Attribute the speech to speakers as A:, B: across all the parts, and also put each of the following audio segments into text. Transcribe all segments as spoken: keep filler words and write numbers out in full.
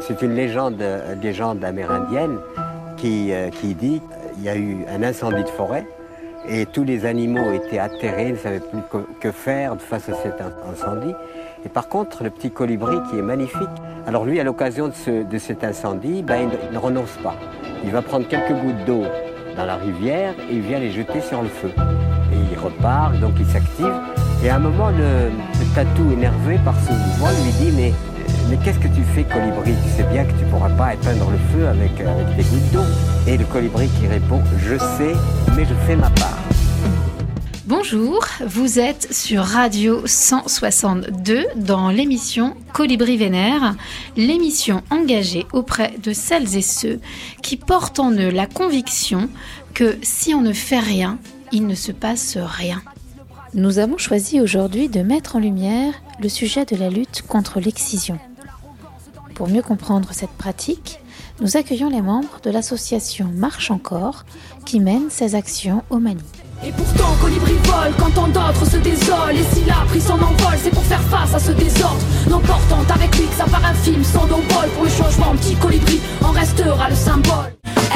A: C'est une légende, légende amérindienne qui, euh, qui dit qu'il y a eu un incendie de forêt et tous les animaux étaient atterrés, ne savaient plus que faire face à cet incendie. Et par contre, le petit colibri qui est magnifique, alors lui, à l'occasion de, ce, de cet incendie, ben, il, il ne renonce pas. Il va prendre quelques gouttes d'eau dans la rivière et il vient les jeter sur le feu. Et il repart, donc il s'active. Et à un moment, le, le tatou, énervé par ce mouvement, lui dit « Mais, mais qu'est-ce que tu fais, colibri? Tu sais bien que tu ne pourras pas éteindre le feu avec, avec des gouttes d'eau. » Et le colibri qui répond « Je sais, mais je fais ma part. »
B: Bonjour, vous êtes sur Radio cent soixante-deux dans l'émission Colibri Vénère, l'émission engagée auprès de celles et ceux qui portent en eux la conviction que si on ne fait rien, il ne se passe rien. Nous avons choisi aujourd'hui de mettre en lumière le sujet de la lutte contre l'excision. Pour mieux comprendre cette pratique, nous accueillons les membres de l'association Marche Encore qui mène ces actions au Mali.
C: Et pourtant colibri vole quand tant d'autres se désolent. Et s'il a pris son envol, c'est pour faire face à ce désordre, n'emportant avec lui que ça part infime son envol. Pour le changement, petit colibri en restera le symbole.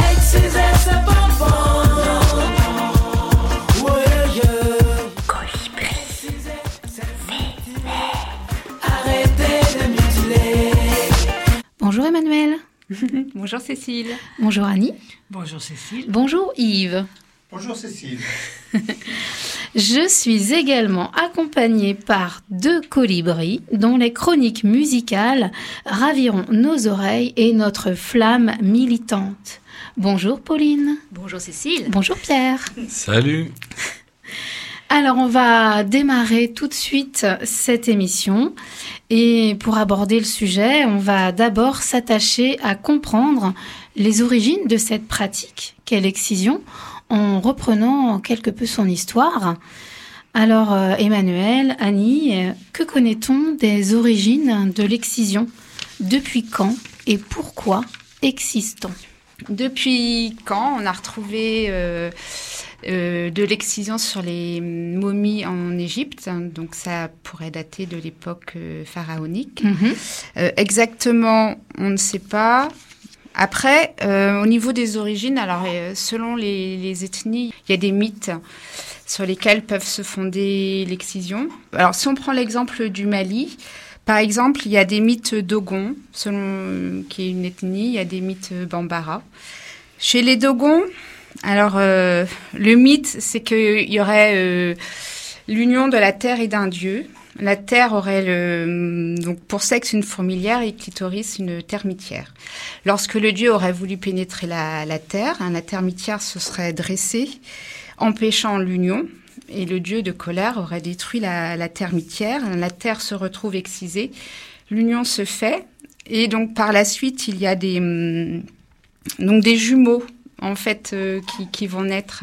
C: Colibri arrêtez de mutiler.
B: Bonjour Emmanuel.
D: Bonjour Cécile.
B: Bonjour Annie.
E: Bonjour Cécile.
B: Bonjour Yves.
F: Bonjour Cécile.
B: Je suis également accompagnée par deux colibris dont les chroniques musicales raviront nos oreilles et notre flamme militante. Bonjour Pauline.
D: Bonjour Cécile.
B: Bonjour Pierre.
G: Salut.
B: Alors on va démarrer tout de suite cette émission et pour aborder le sujet, on va d'abord s'attacher à comprendre les origines de cette pratique qu'est l'excision, en reprenant quelque peu son histoire. Alors, euh, Emmanuel, Annie, euh, que connaît-on des origines de l'excision? Depuis quand et pourquoi existe-t-on?
D: Depuis quand on a retrouvé euh, euh, de l'excision sur les momies en Égypte? Donc ça pourrait dater de l'époque euh, pharaonique. Mm-hmm. Euh, exactement, on ne sait pas. Après, euh, au niveau des origines, alors euh, selon les, les ethnies, il y a des mythes sur lesquels peuvent se fonder l'excision. Alors, si on prend l'exemple du Mali, par exemple, il y a des mythes Dogons, selon euh, qui est une ethnie, il y a des mythes Bambara. Chez les Dogons, alors euh, le mythe, c'est qu'il y aurait euh, l'union de la terre et d'un dieu. La terre aurait le, donc pour sexe une fourmilière et clitoris une termitière. Lorsque le dieu aurait voulu pénétrer la, la terre, hein, la termitière se serait dressée, empêchant l'union, et le dieu de colère aurait détruit la, la termitière. La terre se retrouve excisée, l'union se fait, et donc par la suite il y a des, donc des jumeaux en fait euh, qui, qui vont naître.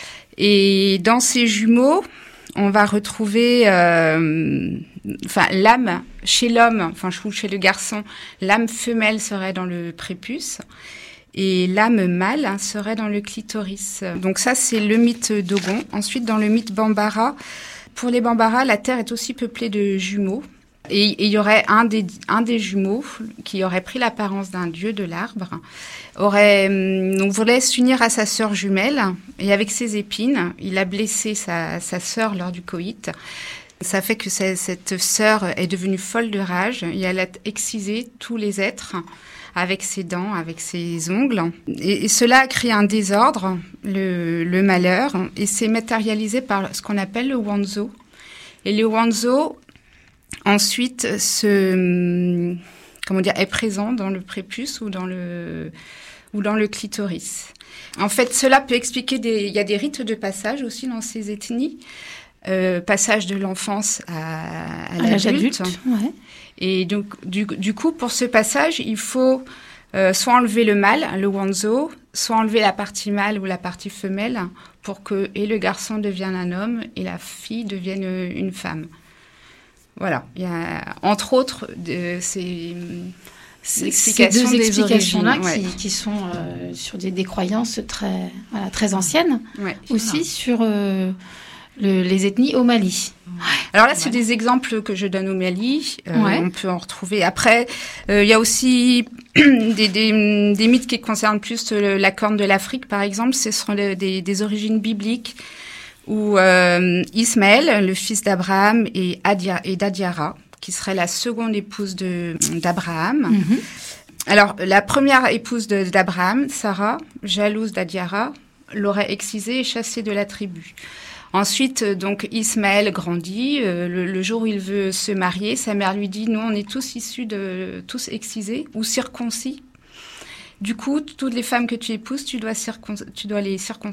D: Et dans ces jumeaux, on va retrouver, euh, enfin, l'âme chez l'homme, enfin, chez le garçon, l'âme femelle serait dans le prépuce et l'âme mâle serait dans le clitoris. Donc ça, c'est le mythe Dogon. Ensuite, dans le mythe Bambara, pour les Bambara, la terre est aussi peuplée de jumeaux. Et il y aurait un des, un des jumeaux qui aurait pris l'apparence d'un dieu de l'arbre, aurait, donc voulait s'unir à sa sœur jumelle, et avec ses épines, il a blessé sa, sa sœur lors du coït. Ça fait que cette, cette sœur est devenue folle de rage, et elle a excisé tous les êtres avec ses dents, avec ses ongles. Et, et cela a créé un désordre, le, le malheur, et s'est matérialisé par ce qu'on appelle le wanzo. Et le wanzo, ensuite, se, comment dire, est présent dans le prépuce ou dans le, ou dans le clitoris. En fait, cela peut expliquer des, il y a des rites de passage aussi dans ces ethnies. Euh, passage de l'enfance à, à, à l'âge adulte.
B: Ouais.
D: Et donc, du, du coup, pour ce passage, il faut euh, soit enlever le mâle, le wanzo, soit enlever la partie mâle ou la partie femelle pour que et le garçon devienne un homme et la fille devienne une femme. Voilà, il y a entre autres de ces,
B: ces, ces deux
D: des
B: explications-là
D: origines,
B: qui,
D: ouais.
B: qui sont euh, sur des, des croyances très, voilà, très anciennes,
D: ouais,
B: aussi
D: voilà.
B: sur euh, le, les ethnies au Mali.
D: Alors là, c'est ouais. des exemples que je donne au Mali. Euh,
B: ouais.
D: On peut en retrouver. Après, il euh, y a aussi des, des, des mythes qui concernent plus la Corne de l'Afrique, par exemple. Ce sont les, des, des origines bibliques où euh, Ismaël, le fils d'Abraham, et, Adia, et d'Adiara, qui serait la seconde épouse de, d'Abraham. Mm-hmm. Alors, la première épouse de, d'Abraham, Sarah, jalouse d'Adiara, l'aurait excisée et chassée de la tribu. Ensuite, donc, Ismaël grandit. Euh, le, le jour où il veut se marier, sa mère lui dit « Nous, on est tous issus de... tous excisés ou circoncis. Du coup, toutes les femmes que tu épouses, tu dois, circon... tu dois les circoncire. »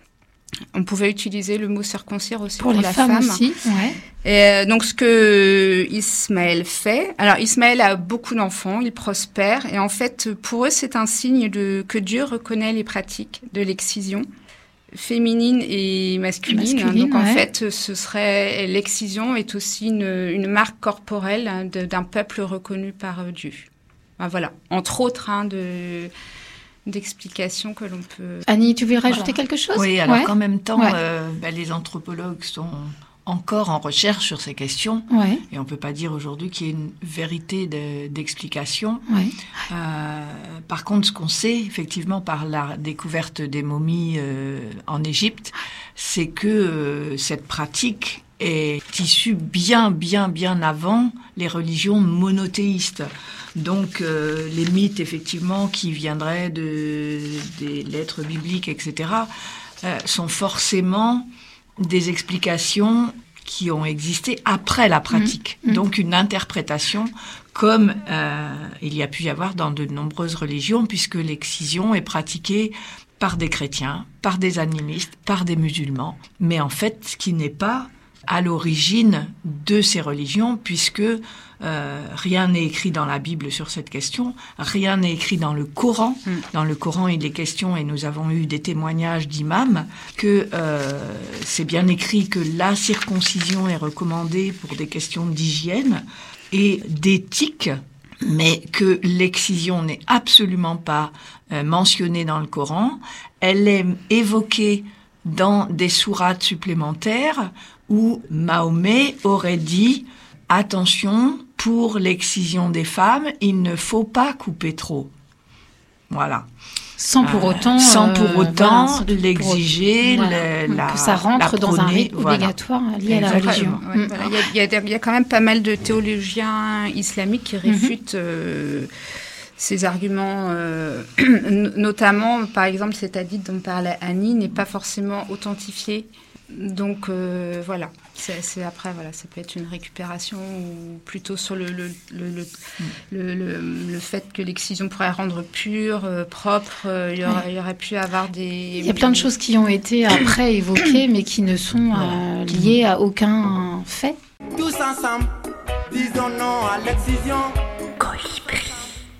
D: On pouvait utiliser le mot circoncire aussi pour,
B: pour les
D: la
B: femmes
D: femme.
B: Aussi, ouais.
D: Et euh, donc, ce que Ismaël fait... Alors, Ismaël a beaucoup d'enfants, il prospère. Et en fait, pour eux, c'est un signe de que Dieu reconnaît les pratiques de l'excision féminine et masculine.
B: masculine
D: Donc, en
B: ouais.
D: fait, ce serait... L'excision est aussi une, une marque corporelle de, d'un peuple reconnu par euh, Dieu. Enfin, voilà. Entre autres, hein, de... d'explications que l'on peut...
B: Annie, tu veux rajouter
E: voilà.
B: quelque chose ?
E: Oui, alors
B: ouais.
E: qu'en même temps,
B: ouais.
E: euh, bah, les anthropologues sont encore en recherche sur ces questions.
B: Ouais.
E: Et on ne peut pas dire aujourd'hui qu'il y ait une vérité de, d'explication.
B: Ouais.
E: Euh, par contre, ce qu'on sait, effectivement, par la découverte des momies euh, en Égypte, c'est que euh, cette pratique est issue bien, bien, bien avant les religions monothéistes. Donc, euh, les mythes, effectivement, qui viendraient de, des lettres bibliques, et cetera, euh, sont forcément des explications qui ont existé après la pratique. Mmh. Donc, une interprétation comme euh, il y a pu y avoir dans de nombreuses religions, puisque l'excision est pratiquée par des chrétiens, par des animistes, par des musulmans, mais en fait, ce qui n'est pas à l'origine de ces religions, puisque euh, rien n'est écrit dans la Bible sur cette question, rien n'est écrit dans le Coran. Mm. Dans le Coran, il est question, et nous avons eu des témoignages d'imams, que euh, c'est bien écrit que la circoncision est recommandée pour des questions d'hygiène et d'éthique, mais que l'excision n'est absolument pas euh, mentionnée dans le Coran. Elle est évoquée dans des sourates supplémentaires où Mahomet aurait dit « Attention, pour l'excision des femmes, il ne faut pas couper trop. » Voilà.
B: Sans pour autant,
E: euh, sans pour autant
B: euh, voilà,
E: l'exiger,
B: pour, voilà,
E: le, la,
B: que ça rentre
E: la
B: dans
E: prôner,
B: un rite
E: voilà.
B: obligatoire lié à la religion.
D: Ouais, voilà. Il, y a, il, y a, il y a quand même pas mal de théologiens islamiques qui réfutent mm-hmm. euh, ces arguments, euh, notamment, par exemple, cet hadith dont parlait Annie n'est pas forcément authentifié. Donc euh, voilà, c'est, c'est après voilà, ça peut être une récupération ou plutôt sur le le le le, mm. le, le, le fait que l'excision pourrait rendre pure, euh, propre. Euh, il y aurait, ouais. il y aurait pu avoir des.
B: Il y a plein de choses qui ont été après évoquées, mais qui ne sont euh, liées à aucun fait.
F: Tous ensemble, disons non à l'excision.
G: Colibri.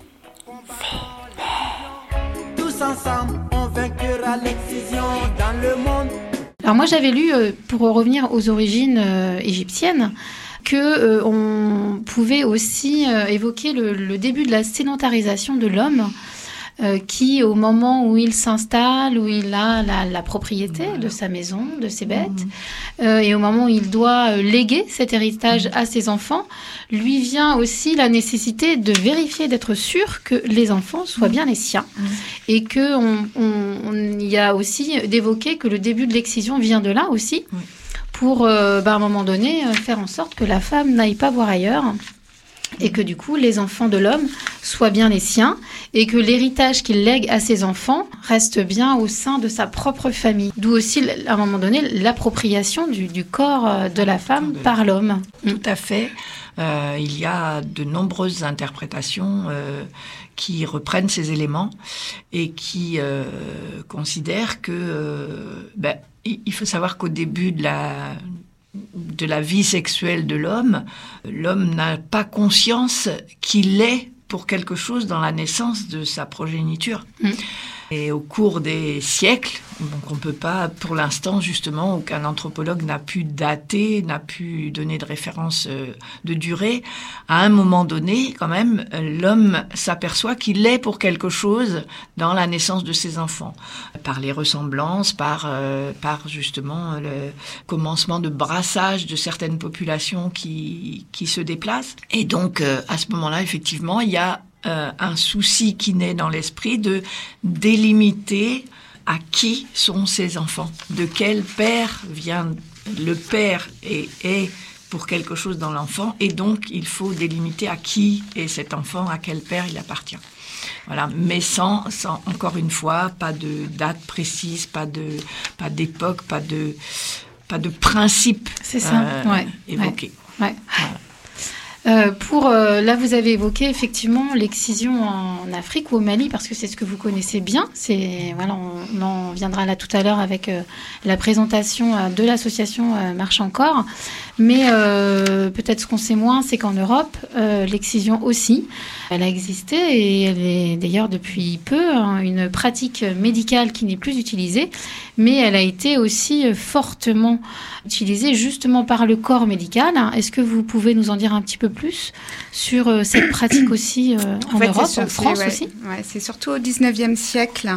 F: Tous ensemble, on vaincra l'excision dans le monde.
B: Alors moi j'avais lu, euh, pour revenir aux origines euh, égyptiennes, que euh, on pouvait aussi euh, évoquer le, le début de la sédentarisation de l'homme, euh, qui au moment où il s'installe, où il a la, la propriété voilà. de sa maison, de ses bêtes, mmh. euh, et au moment où il doit euh, léguer cet héritage mmh. à ses enfants, lui vient aussi la nécessité de vérifier, d'être sûr que les enfants soient bien les siens. Mmh. Et qu'il on, on, y a aussi d'évoquer que le début de l'excision vient de là aussi, mmh. pour, euh, bah, à un moment donné, euh, faire en sorte que la femme n'aille pas voir ailleurs. Mmh. Et que du coup, les enfants de l'homme soient bien les siens, et que l'héritage qu'il lègue à ses enfants reste bien au sein de sa propre famille. D'où aussi, à un moment donné, l'appropriation du, du corps de la femme par l'homme.
E: Tout à fait. Euh, il y a de nombreuses interprétations euh, qui reprennent ces éléments et qui euh, considèrent que euh, ben, il faut savoir qu'au début de la de la vie sexuelle de l'homme, l'homme n'a pas conscience qu'il est pour quelque chose dans la naissance de sa progéniture. Mmh. Et au cours des siècles, donc on peut pas, pour l'instant justement, aucun anthropologue n'a pu dater, n'a pu donner de référence de durée. À un moment donné, quand même, l'homme s'aperçoit qu'il est pour quelque chose dans la naissance de ses enfants, par les ressemblances, par euh, par justement le commencement de brassage de certaines populations qui qui se déplacent. Et donc euh, à ce moment-là, effectivement, il y a Euh, un souci qui naît dans l'esprit de délimiter à qui sont ces enfants, de quel père vient le père et est pour quelque chose dans l'enfant, et donc il faut délimiter à qui est cet enfant, à quel père il appartient. Voilà, mais sans, sans encore une fois, pas de date précise, pas de, pas d'époque, pas de, pas de principe.
B: C'est ça,
E: euh,
B: ouais,
E: évoqué.
B: Ouais, ouais.
E: Voilà.
B: Euh, pour euh, là, vous avez évoqué effectivement l'excision en Afrique ou au Mali, parce que c'est ce que vous connaissez bien. C'est voilà, on, on en viendra là tout à l'heure avec euh, la présentation euh, de l'association euh, Marche Encore. Mais euh, peut-être ce qu'on sait moins, c'est qu'en Europe, euh, l'excision aussi, elle a existé et elle est d'ailleurs depuis peu hein, une pratique médicale qui n'est plus utilisée, mais elle a été aussi fortement utilisée justement par le corps médical. Est-ce que vous pouvez nous en dire un petit peu plus sur euh, cette pratique aussi euh, en, en fait, Europe, sur, en France
D: ouais,
B: aussi
D: ouais, c'est surtout au dix-neuvième siècle.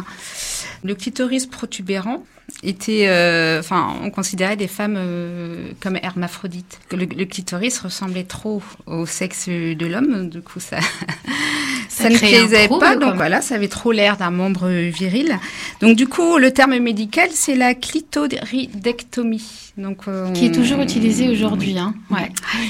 D: Le clitoris protubérant était, euh, enfin, on considérait des femmes euh, comme hermaphrodites. Que le, le clitoris ressemblait trop au sexe de l'homme, du coup ça, ça, ça ne plaisait pas. Donc voilà, ça avait trop l'air d'un membre viril. Donc du coup, le terme médical, c'est la clitoridectomie. Donc, euh,
B: qui est toujours utilisé aujourd'hui, hein. Ouais.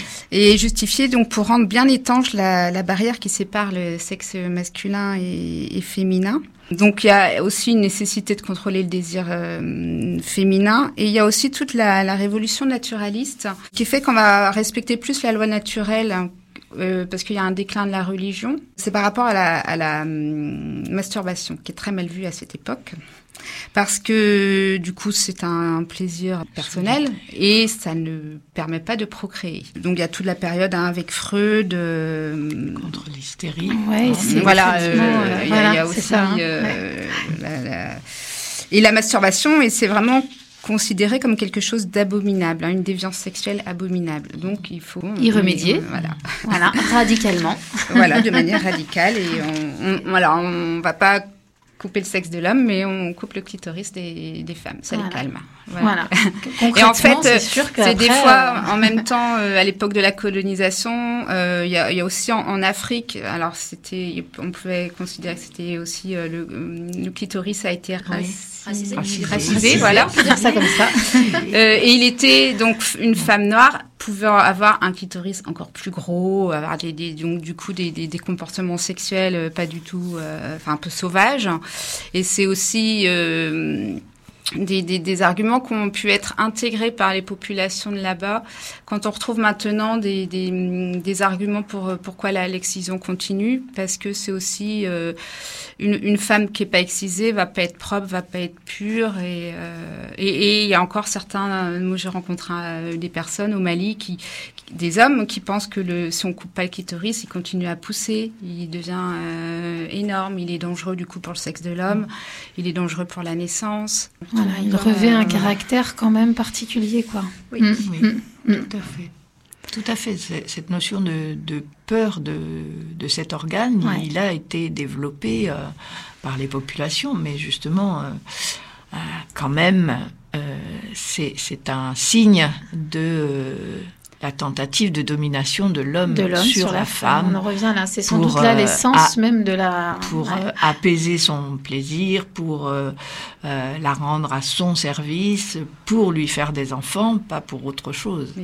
D: Et justifié donc pour rendre bien étanche la, la barrière qui sépare le sexe masculin et, et féminin. Donc il y a aussi une nécessité de contrôler le désir euh, féminin, et il y a aussi toute la, la révolution naturaliste qui fait qu'on va respecter plus la loi naturelle. Euh, parce qu'il y a un déclin de la religion. C'est par rapport à la, à la hum, masturbation, qui est très mal vue à cette époque. Parce que, du coup, c'est un plaisir personnel et ça ne permet pas de procréer. Donc, il y a toute la période hein, avec Freud. Euh,
E: Contre l'hystérie.
B: Ouais,
D: hein,
B: c'est
D: voilà, euh,
B: euh,
D: il y,
B: voilà,
D: y a aussi...
B: ça, hein.
D: euh,
B: ouais.
D: la, la... Et la masturbation, et c'est vraiment considéré comme quelque chose d'abominable, hein, une déviance sexuelle abominable. Donc, il faut...
B: y remédier.
D: On, voilà.
B: Voilà, radicalement.
D: Voilà, de manière radicale. Et on, on, voilà, on va pas couper le sexe de l'homme, mais on coupe le clitoris des, des femmes. Ça voilà. les calme.
B: Voilà.
D: voilà. Et en fait,
B: c'est, sûr
D: c'est des fois, euh... en même temps, euh, à l'époque de la colonisation, il euh, y, a, y a aussi en, en Afrique, alors c'était, on pouvait considérer que c'était aussi euh, le, le clitoris a été
B: oui.
D: racisé,
B: racisé,
D: racisé voilà.
B: On peut dire ça comme ça.
D: euh, et il était donc une femme noire pouvait avoir un clitoris encore plus gros, avoir des, des donc du coup des, des, des comportements sexuels euh, pas du tout, euh, enfin un peu sauvages. Et c'est aussi euh, Des, des, des arguments qui ont pu être intégrés par les populations de là-bas. Quand on retrouve maintenant des, des, des arguments pour pourquoi la, l'excision continue, parce que c'est aussi euh, une, une femme qui est pas excisée va pas être propre, va pas être pure, et euh, et il y a encore certains. Moi, j'ai rencontré euh, des personnes au Mali qui, qui, des hommes qui pensent que le, si on coupe pas le clitoris, il continue à pousser, il devient euh, énorme, il est dangereux du coup pour le sexe de l'homme, il est dangereux pour la naissance.
B: Voilà, il revêt un caractère quand même particulier, quoi.
E: Oui, mmh. oui mmh. tout à fait. Tout à fait. C'est, cette notion de, de peur de, de cet organe, ouais. il a été développé euh, par les populations, mais justement, euh, euh, quand même, euh, c'est, c'est un signe de... Euh, la tentative de domination de l'homme,
B: de l'homme
E: sur,
B: sur
E: la, la femme.
B: femme. On en revient là, c'est sans doute là l'essence
E: euh,
B: même de la...
E: Pour
B: ouais.
E: euh, apaiser son plaisir, pour euh, euh, la rendre à son service, pour lui faire des enfants, pas pour autre chose.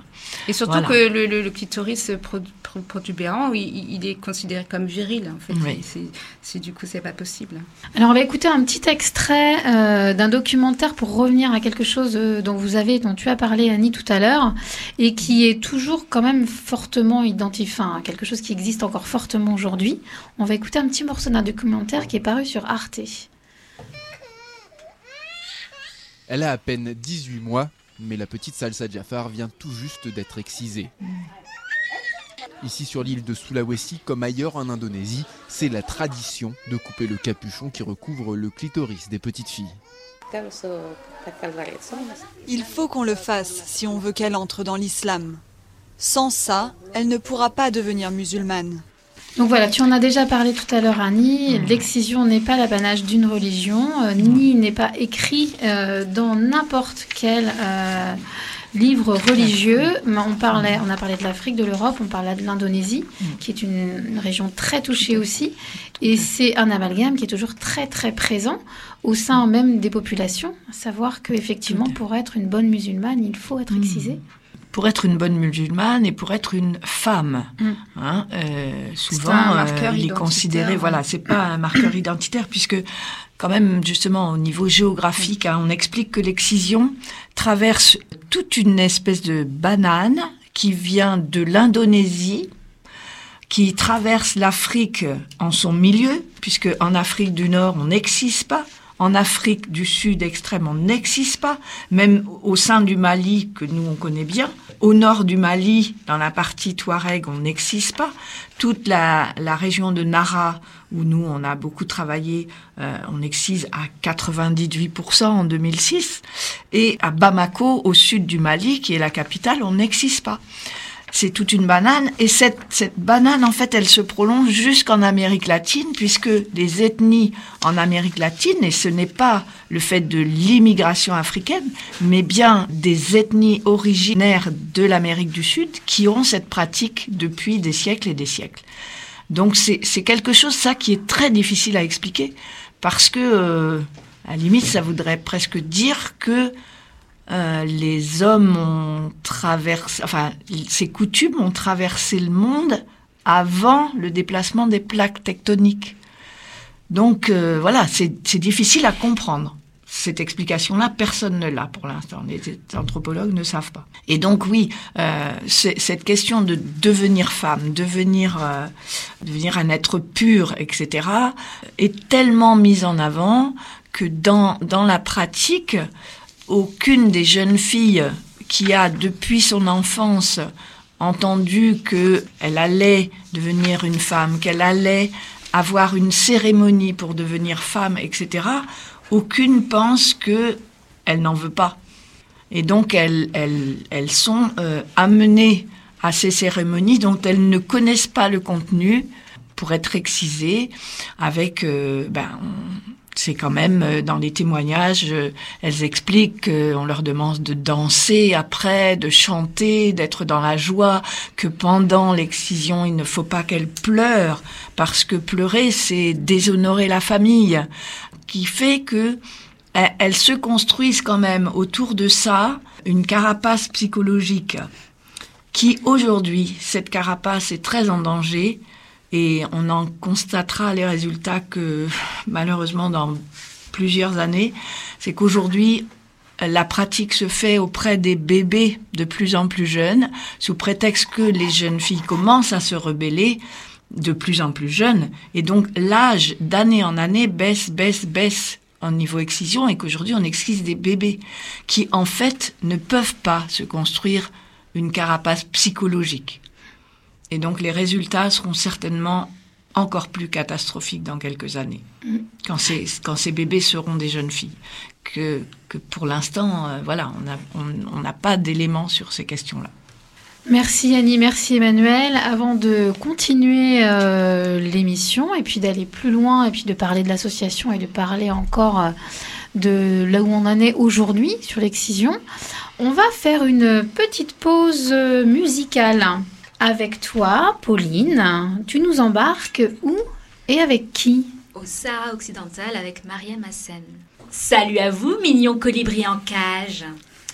D: Et surtout voilà. que le, le, le clitoris protubérant, il, il est considéré comme viril, en fait. Oui. C'est, c'est, du coup, c'est pas possible.
B: Alors, on va écouter un petit extrait euh, d'un documentaire pour revenir à quelque chose dont vous avez, dont tu as parlé, Annie, tout à l'heure, et qui qui est toujours quand même fortement identifié, enfin, quelque chose qui existe encore fortement aujourd'hui. On va écouter un petit morceau d'un documentaire qui est paru sur Arte.
G: Elle a à peine dix-huit mois, mais la petite Salsa Jafar vient tout juste d'être excisée. Ici sur l'île de Sulawesi, comme ailleurs en Indonésie, c'est la tradition de couper le capuchon qui recouvre le clitoris des petites filles.
H: Il faut qu'on le fasse si on veut qu'elle entre dans l'islam. Sans ça, elle ne pourra pas devenir musulmane.
B: Donc voilà, tu en as déjà parlé tout à l'heure, Annie. L'excision n'est pas l'apanage d'une religion, euh, ni n'est pas écrit euh, dans n'importe quel euh, livre religieux. On, parlait, on a parlé de l'Afrique, de l'Europe, on parlait de l'Indonésie, qui est une, une région très touchée aussi. Et c'est un amalgame qui est toujours très très présent au sein même des populations. À savoir qu'effectivement, pour être une bonne musulmane, il faut être excisée.
E: Pour être une bonne musulmane et pour être une femme,
B: Mm.
E: hein, euh, souvent
D: C'est un marqueur
E: euh, il est
D: identitaire.
E: considéré, voilà, c'est pas un marqueur identitaire puisque quand même justement au niveau géographique, hein, on explique que l'excision traverse toute une espèce de banane qui vient de l'Indonésie, qui traverse l'Afrique en son milieu, puisque en Afrique du Nord on n'excise pas. En Afrique du Sud extrême, on n'excise pas, même au sein du Mali, que nous on connaît bien. Au nord du Mali, dans la partie Touareg, on n'excise pas. Toute la, la région de Nara, où nous on a beaucoup travaillé, euh, on excise à quatre-vingt-dix-huit pour cent en deux mille six. Et à Bamako, au sud du Mali, qui est la capitale, on n'excise pas. C'est toute une banane, et cette, cette banane, en fait, elle se prolonge jusqu'en Amérique latine, puisque les ethnies en Amérique latine, et ce n'est pas le fait de l'immigration africaine, mais bien des ethnies originaires de l'Amérique du Sud qui ont cette pratique depuis des siècles et des siècles. Donc c'est, c'est quelque chose, ça, qui est très difficile à expliquer, parce que, euh, à la limite, ça voudrait presque dire que Euh, les hommes ont traversé, enfin, ces coutumes ont traversé le monde avant le déplacement des plaques tectoniques. Donc euh, voilà, c'est, c'est difficile à comprendre. Cette explication-là, personne ne l'a pour l'instant. Les anthropologues ne savent pas. Et donc oui, euh, c'est, cette question de devenir femme, devenir, euh, devenir un être pur, et cetera, est tellement mise en avant que dans dans la pratique, aucune des jeunes filles qui a, depuis son enfance, entendu qu'elle allait devenir une femme, qu'elle allait avoir une cérémonie pour devenir femme, et cetera, aucune pense qu'elle n'en veut pas. Et donc, elles, elles, elles sont euh, amenées à ces cérémonies dont elles ne connaissent pas le contenu pour être excisées avec... Euh, ben, on, c'est quand même, dans les témoignages, elles expliquent qu'on leur demande de danser après, de chanter, d'être dans la joie, que pendant l'excision, il ne faut pas qu'elles pleurent, parce que pleurer, c'est déshonorer la famille, qui fait que elles se construisent quand même autour de ça une carapace psychologique, qui aujourd'hui, cette carapace est très en danger. Et on en constatera les résultats que, malheureusement, dans plusieurs années, c'est qu'aujourd'hui, la pratique se fait auprès des bébés de plus en plus jeunes, sous prétexte que les jeunes filles commencent à se rebeller de plus en plus jeunes. Et donc, l'âge, d'année en année, baisse, baisse, baisse en niveau excision, et qu'aujourd'hui, on excise des bébés qui, en fait, ne peuvent pas se construire une carapace psychologique. Et donc les résultats seront certainement encore plus catastrophiques dans quelques années, mmh. quand, ces, quand ces bébés seront des jeunes filles. Que, que pour l'instant, euh, voilà, on n'a on, pas d'éléments sur ces questions-là.
B: Merci Annie, merci Emmanuel. Avant de continuer euh, l'émission et puis d'aller plus loin et puis de parler de l'association et de parler encore euh, de là où on en est aujourd'hui sur l'excision, on va faire une petite pause euh, musicale. Avec toi, Pauline, tu nous embarques où et avec qui ?
I: Au Sahara occidental avec Mariam Hassen. Salut à vous, mignons colibris en cage.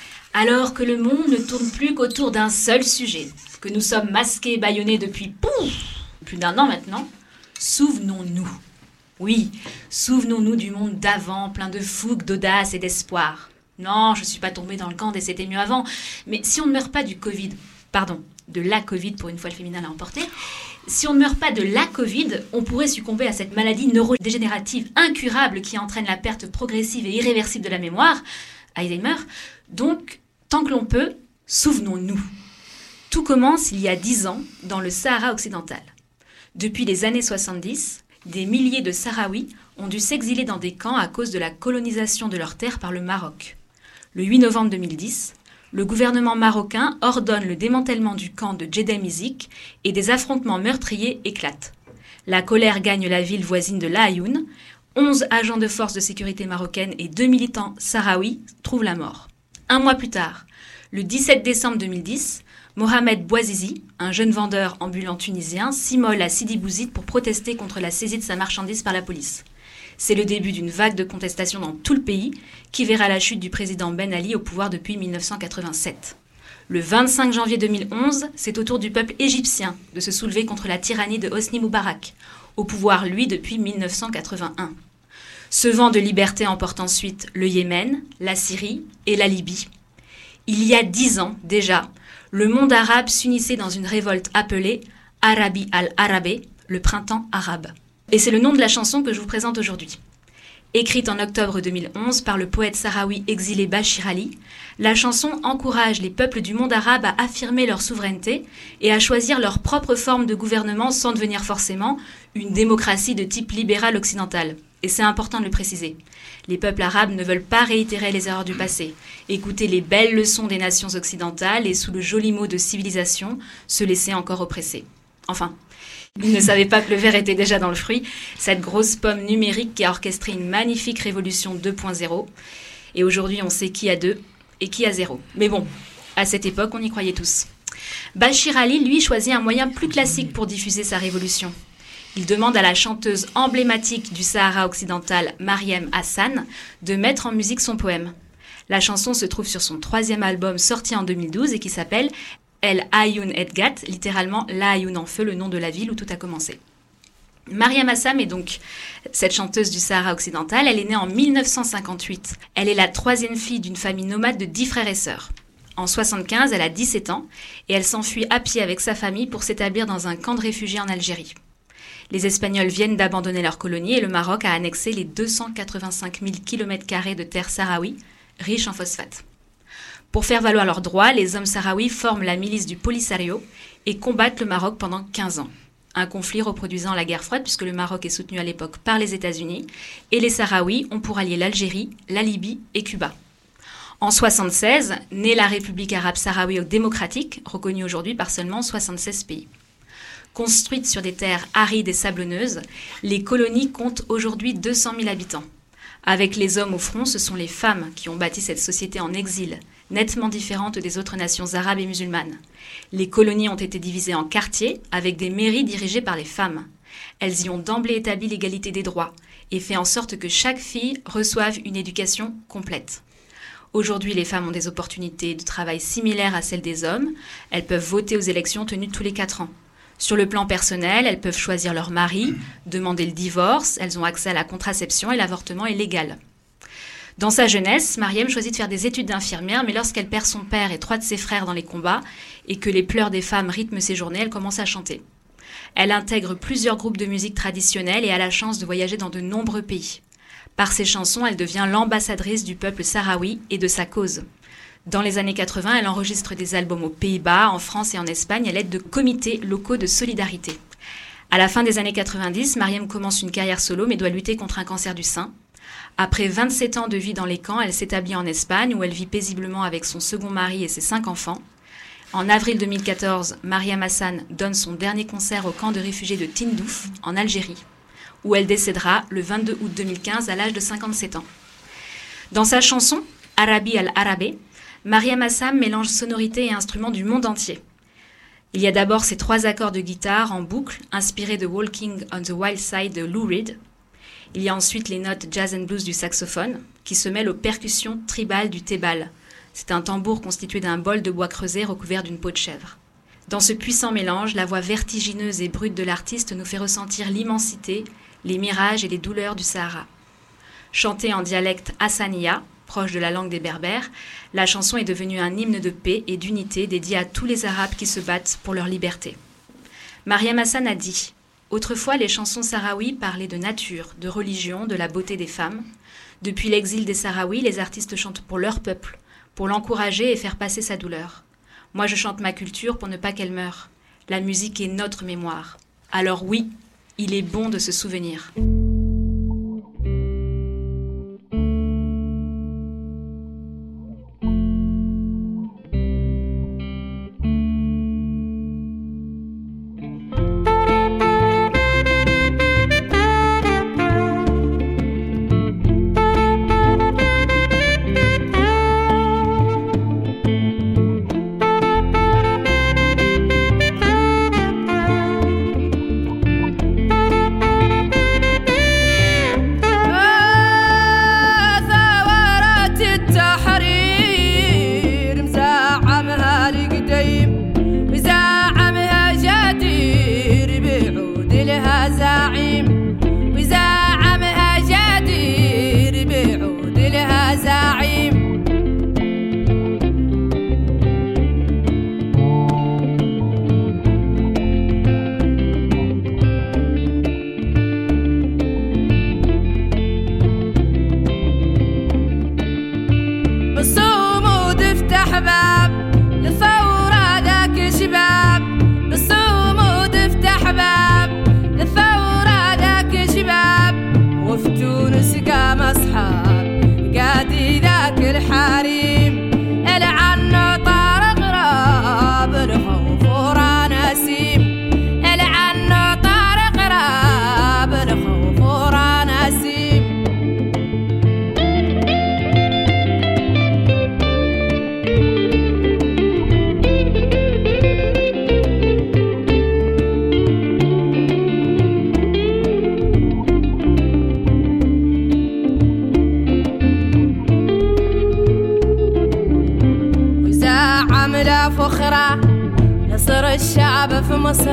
I: Alors que le monde ne tourne plus qu'autour d'un seul sujet, que nous sommes masqués et bâillonnés depuis pouf, plus d'un an maintenant, souvenons-nous. Oui, souvenons-nous du monde d'avant, plein de fougue, d'audace et d'espoir. Non, je ne suis pas tombée dans le camp des c'était mieux avant, mais si on ne meurt pas du Covid, pardon, de la Covid, pour une fois le féminin l'a emporté. Si on ne meurt pas de la Covid, on pourrait succomber à cette maladie neurodégénérative incurable qui entraîne la perte progressive et irréversible de la mémoire, Alzheimer. Donc, tant que l'on peut, souvenons-nous. Tout commence il y a dix ans dans le Sahara occidental. Depuis les années soixante-dix, des milliers de Sahraouis ont dû s'exiler dans des camps à cause de la colonisation de leurs terres par le Maroc. Le huit novembre deux mille dix, le gouvernement marocain ordonne le démantèlement du camp de Djeddah-Mizik et des affrontements meurtriers éclatent. La colère gagne la ville voisine de Laayoune. onze agents de force de sécurité marocaine et deux militants sahraouis trouvent la mort. Un mois plus tard, le dix-sept décembre deux mille dix, Mohamed Bouazizi, un jeune vendeur ambulant tunisien, s'immole à Sidi Bouzid pour protester contre la saisie de sa marchandise par la police. C'est le début d'une vague de contestation dans tout le pays qui verra la chute du président Ben Ali au pouvoir depuis mille neuf cent quatre-vingt-sept. Le vingt-cinq janvier deux mille onze, c'est au tour du peuple égyptien de se soulever contre la tyrannie de Hosni Moubarak, au pouvoir, lui, depuis mille neuf cent quatre-vingt-un. Ce vent de liberté emporte ensuite le Yémen, la Syrie et la Libye. Il y a dix ans déjà, le monde arabe s'unissait dans une révolte appelée Arabi al-Arabé, le printemps arabe. Et c'est le nom de la chanson que je vous présente aujourd'hui. Écrite en octobre deux mille onze par le poète sahraoui exilé Bachir Ali, la chanson encourage les peuples du monde arabe à affirmer leur souveraineté et à choisir leur propre forme de gouvernement sans devenir forcément une démocratie de type libéral occidental. Et c'est important de le préciser. Les peuples arabes ne veulent pas réitérer les erreurs du passé, écouter les belles leçons des nations occidentales et sous le joli mot de civilisation, se laisser encore oppresser. Enfin, ils ne savaient pas que le verre était déjà dans le fruit, cette grosse pomme numérique qui a orchestré une magnifique révolution deux point zéro. Et aujourd'hui, on sait qui a deux et qui a zéro. Mais bon, à cette époque, on y croyait tous. Bachir Ali, lui, choisit un moyen plus classique pour diffuser sa révolution. Il demande à la chanteuse emblématique du Sahara occidental, Mariam Hassan, de mettre en musique son poème. La chanson se trouve sur son troisième album sorti en deux mille douze et qui s'appelle El Ayoun et Gat, littéralement La Ayoun en feu, le nom de la ville où tout a commencé. Mariam Hassan est donc cette chanteuse du Sahara occidental. Elle est née en mille neuf cent cinquante-huit. Elle est la troisième fille d'une famille nomade de dix frères et sœurs. En soixante-quinze, elle a dix-sept ans et elle s'enfuit à pied avec sa famille pour s'établir dans un camp de réfugiés en Algérie. Les Espagnols viennent d'abandonner leur colonie et le Maroc a annexé les deux cent quatre-vingt-cinq mille kilomètres carrés de terre sahraoui, riches en phosphate. Pour faire valoir leurs droits, les hommes sahraouis forment la milice du Polisario et combattent le Maroc pendant quinze ans. Un conflit reproduisant la guerre froide puisque le Maroc est soutenu à l'époque par les États-Unis et les Sahraouis ont pour alliés l'Algérie, la Libye et Cuba. En soixante-seize, naît la République arabe sahraoui démocratique, reconnue aujourd'hui par seulement soixante-seize pays. Construites sur des terres arides et sablonneuses, les colonies comptent aujourd'hui deux cent mille habitants. Avec les hommes au front, ce sont les femmes qui ont bâti cette société en exil, nettement différente des autres nations arabes et musulmanes. Les colonies ont été divisées en quartiers, avec des mairies dirigées par les femmes. Elles y ont d'emblée établi l'égalité des droits et fait en sorte que chaque fille reçoive une éducation complète. Aujourd'hui, les femmes ont des opportunités de travail similaires à celles des hommes. Elles peuvent voter aux élections tenues tous les quatre ans. Sur le plan personnel, elles peuvent choisir leur mari, demander le divorce, elles ont accès à la contraception et l'avortement est légal. Dans sa jeunesse, Mariam choisit de faire des études d'infirmière, mais lorsqu'elle perd son père et trois de ses frères dans les combats et que les pleurs des femmes rythment ses journées, elle commence à chanter. Elle intègre plusieurs groupes de musique traditionnelle et a la chance de voyager dans de nombreux pays. Par ses chansons, elle devient l'ambassadrice du peuple sahraoui et de sa cause. Dans les années quatre-vingts, elle enregistre des albums aux Pays-Bas, en France et en Espagne à l'aide de comités locaux de solidarité. À la fin des années quatre-vingt-dix, Mariam commence une carrière solo mais doit lutter contre un cancer du sein. Après vingt-sept ans de vie dans les camps, elle s'établit en Espagne où elle vit paisiblement avec son second mari et ses cinq enfants. En avril deux mille quatorze, Mariam Hassan donne son dernier concert au camp de réfugiés de Tindouf, en Algérie, où elle décédera le vingt-deux août deux mille quinze à l'âge de cinquante-sept ans. Dans sa chanson « Arabi al-Arabé », Mariam Hassan mélange sonorités et instruments du monde entier. Il y a d'abord ces trois accords de guitare en boucle, inspirés de Walking on the Wild Side de Lou Reed. Il y a ensuite les notes jazz and blues du saxophone, qui se mêlent aux percussions tribales du tébal. C'est un tambour constitué d'un bol de bois creusé recouvert d'une peau de chèvre. Dans ce puissant mélange, la voix vertigineuse et brute de l'artiste nous fait ressentir l'immensité, les mirages et les douleurs du Sahara. Chantée en dialecte hassaniya, proche de la langue des Berbères, la chanson est devenue un hymne de paix et d'unité dédié à tous les Arabes qui se battent pour leur liberté. Mariam Hassan a dit « Autrefois, les chansons sahraouis parlaient de nature, de religion, de la beauté des femmes. Depuis l'exil des Sahraouis, les artistes chantent pour leur peuple, pour l'encourager et faire passer sa douleur. Moi, je chante ma culture pour ne pas qu'elle meure. La musique est notre mémoire. Alors oui, il est bon de se souvenir.
J: الشعب في مصر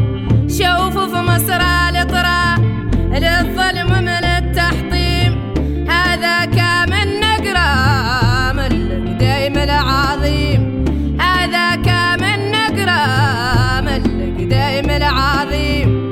J: شوفوا في مصر لطرا للظلم من التحطيم هذا كامل نقرا من القديم العظيم هذا كامل نقرا من القديم العظيم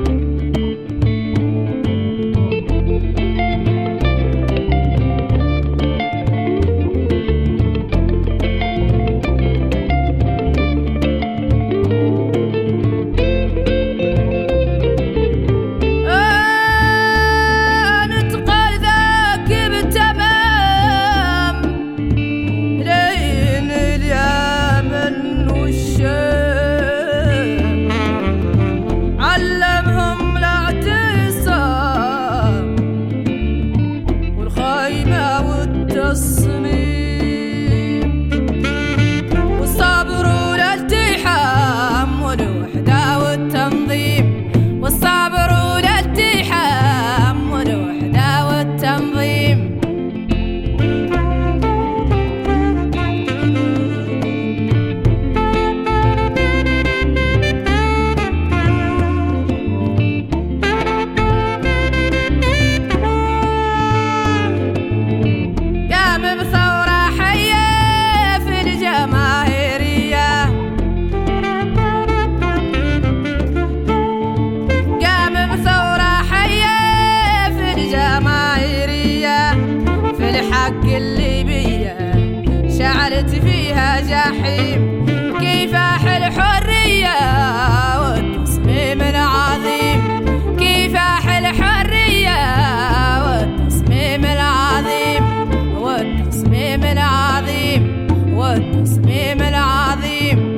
J: كفاح الحرية والتصميم العظيم كفاح الحرية والتصميم العظيم والتصميم العظيم والتصميم العظيم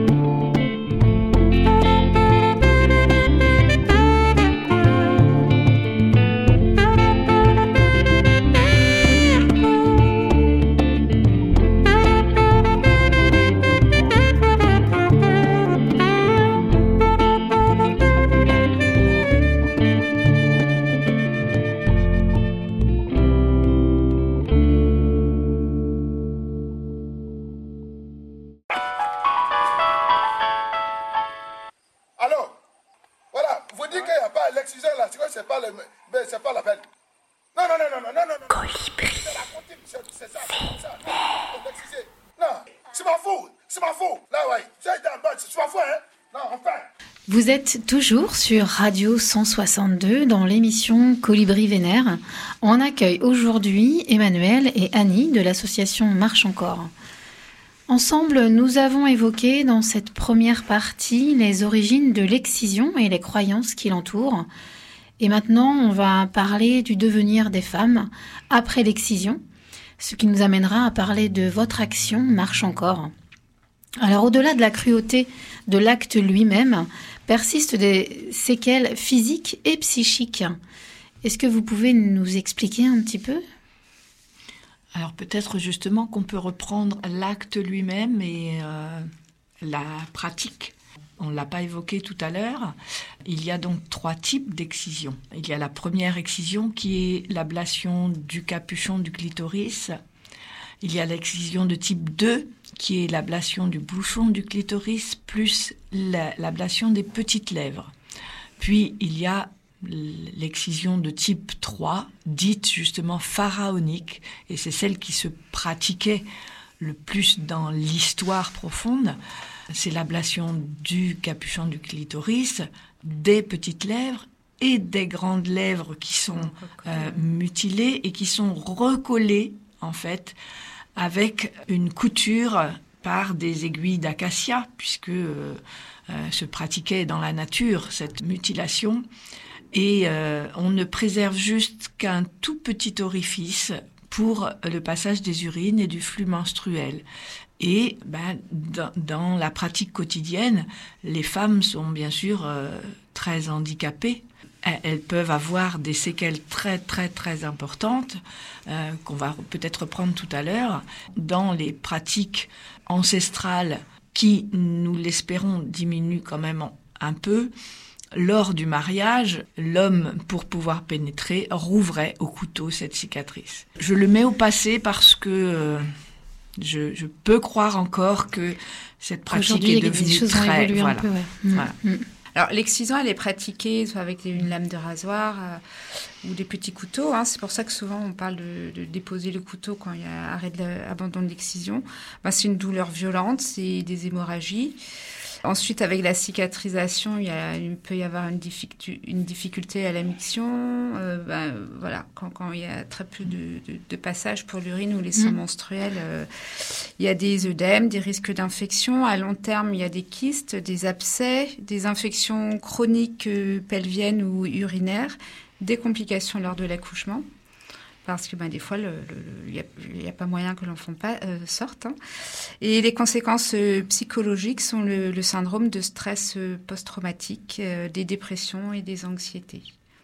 B: Vous êtes toujours sur Radio cent soixante-deux dans l'émission Colibri Vénère. On accueille aujourd'hui Emmanuel et Annie de l'association Marche Encore. Ensemble, nous avons évoqué dans cette première partie les origines de l'excision et les croyances qui l'entourent. Et maintenant, on va parler du devenir des femmes après l'excision, ce qui nous amènera à parler de votre action Marche encore. Alors, au-delà de la cruauté de l'acte lui-même, persistent des séquelles physiques et psychiques. Est-ce que vous pouvez nous expliquer un petit peu ?
E: Alors peut-être justement qu'on peut reprendre l'acte lui-même et euh, la pratique. On ne l'a pas évoqué tout à l'heure. Il y a donc trois types d'excision. Il y a la première excision qui est l'ablation du capuchon du clitoris. Il y a l'excision de type deux qui est l'ablation du bouchon du clitoris plus la, l'ablation des petites lèvres. Puis il y a l'excision de type trois, dite justement pharaonique, et c'est celle qui se pratiquait le plus dans l'histoire profonde. C'est l'ablation du capuchon du clitoris, des petites lèvres et des grandes lèvres qui sont euh, mutilées et qui sont recollées, en fait, avec une couture par des aiguilles d'acacia, puisque euh, euh, se pratiquait dans la nature cette mutilation. Et euh, on ne préserve juste qu'un tout petit orifice pour le passage des urines et du flux menstruel. Et ben, dans, dans la pratique quotidienne, les femmes sont bien sûr euh, très handicapées. Elles peuvent avoir des séquelles très très très importantes euh, qu'on va peut-être reprendre tout à l'heure. Dans les pratiques ancestrales qui, nous l'espérons, diminuent quand même un peu, lors du mariage, l'homme, pour pouvoir pénétrer, rouvrait au couteau cette cicatrice. Je le mets au passé parce que euh, je, je peux croire encore que cette pratique
B: Aujourd'hui,
E: est devenue très...
B: Voilà. Un peu, ouais. mmh.
E: Voilà.
B: Mmh.
D: Alors, l'excision, elle est pratiquée soit avec une lame de rasoir euh, ou des petits couteaux. Hein. C'est pour ça que souvent, on parle de, de déposer le couteau quand il y a arrêt de l'abandon de l'excision. Ben, c'est une douleur violente, c'est des hémorragies. Ensuite, avec la cicatrisation, il, y a, il peut y avoir une, difficulté, une difficulté à la miction. Euh, ben, voilà, quand, quand il y a très peu de, de, de passages pour l'urine ou les sangs mmh. menstruels, euh, il y a des œdèmes, des risques d'infection. À long terme, il y a des kystes, des abcès, des infections chroniques euh, pelviennes ou urinaires, des complications lors de l'accouchement. Parce que ben, des fois, il n'y a, a pas moyen que l'enfant pas, euh, sorte. Hein. Et les conséquences euh, psychologiques sont le, le syndrome de stress euh, post-traumatique, euh, des dépressions et des anxiétés.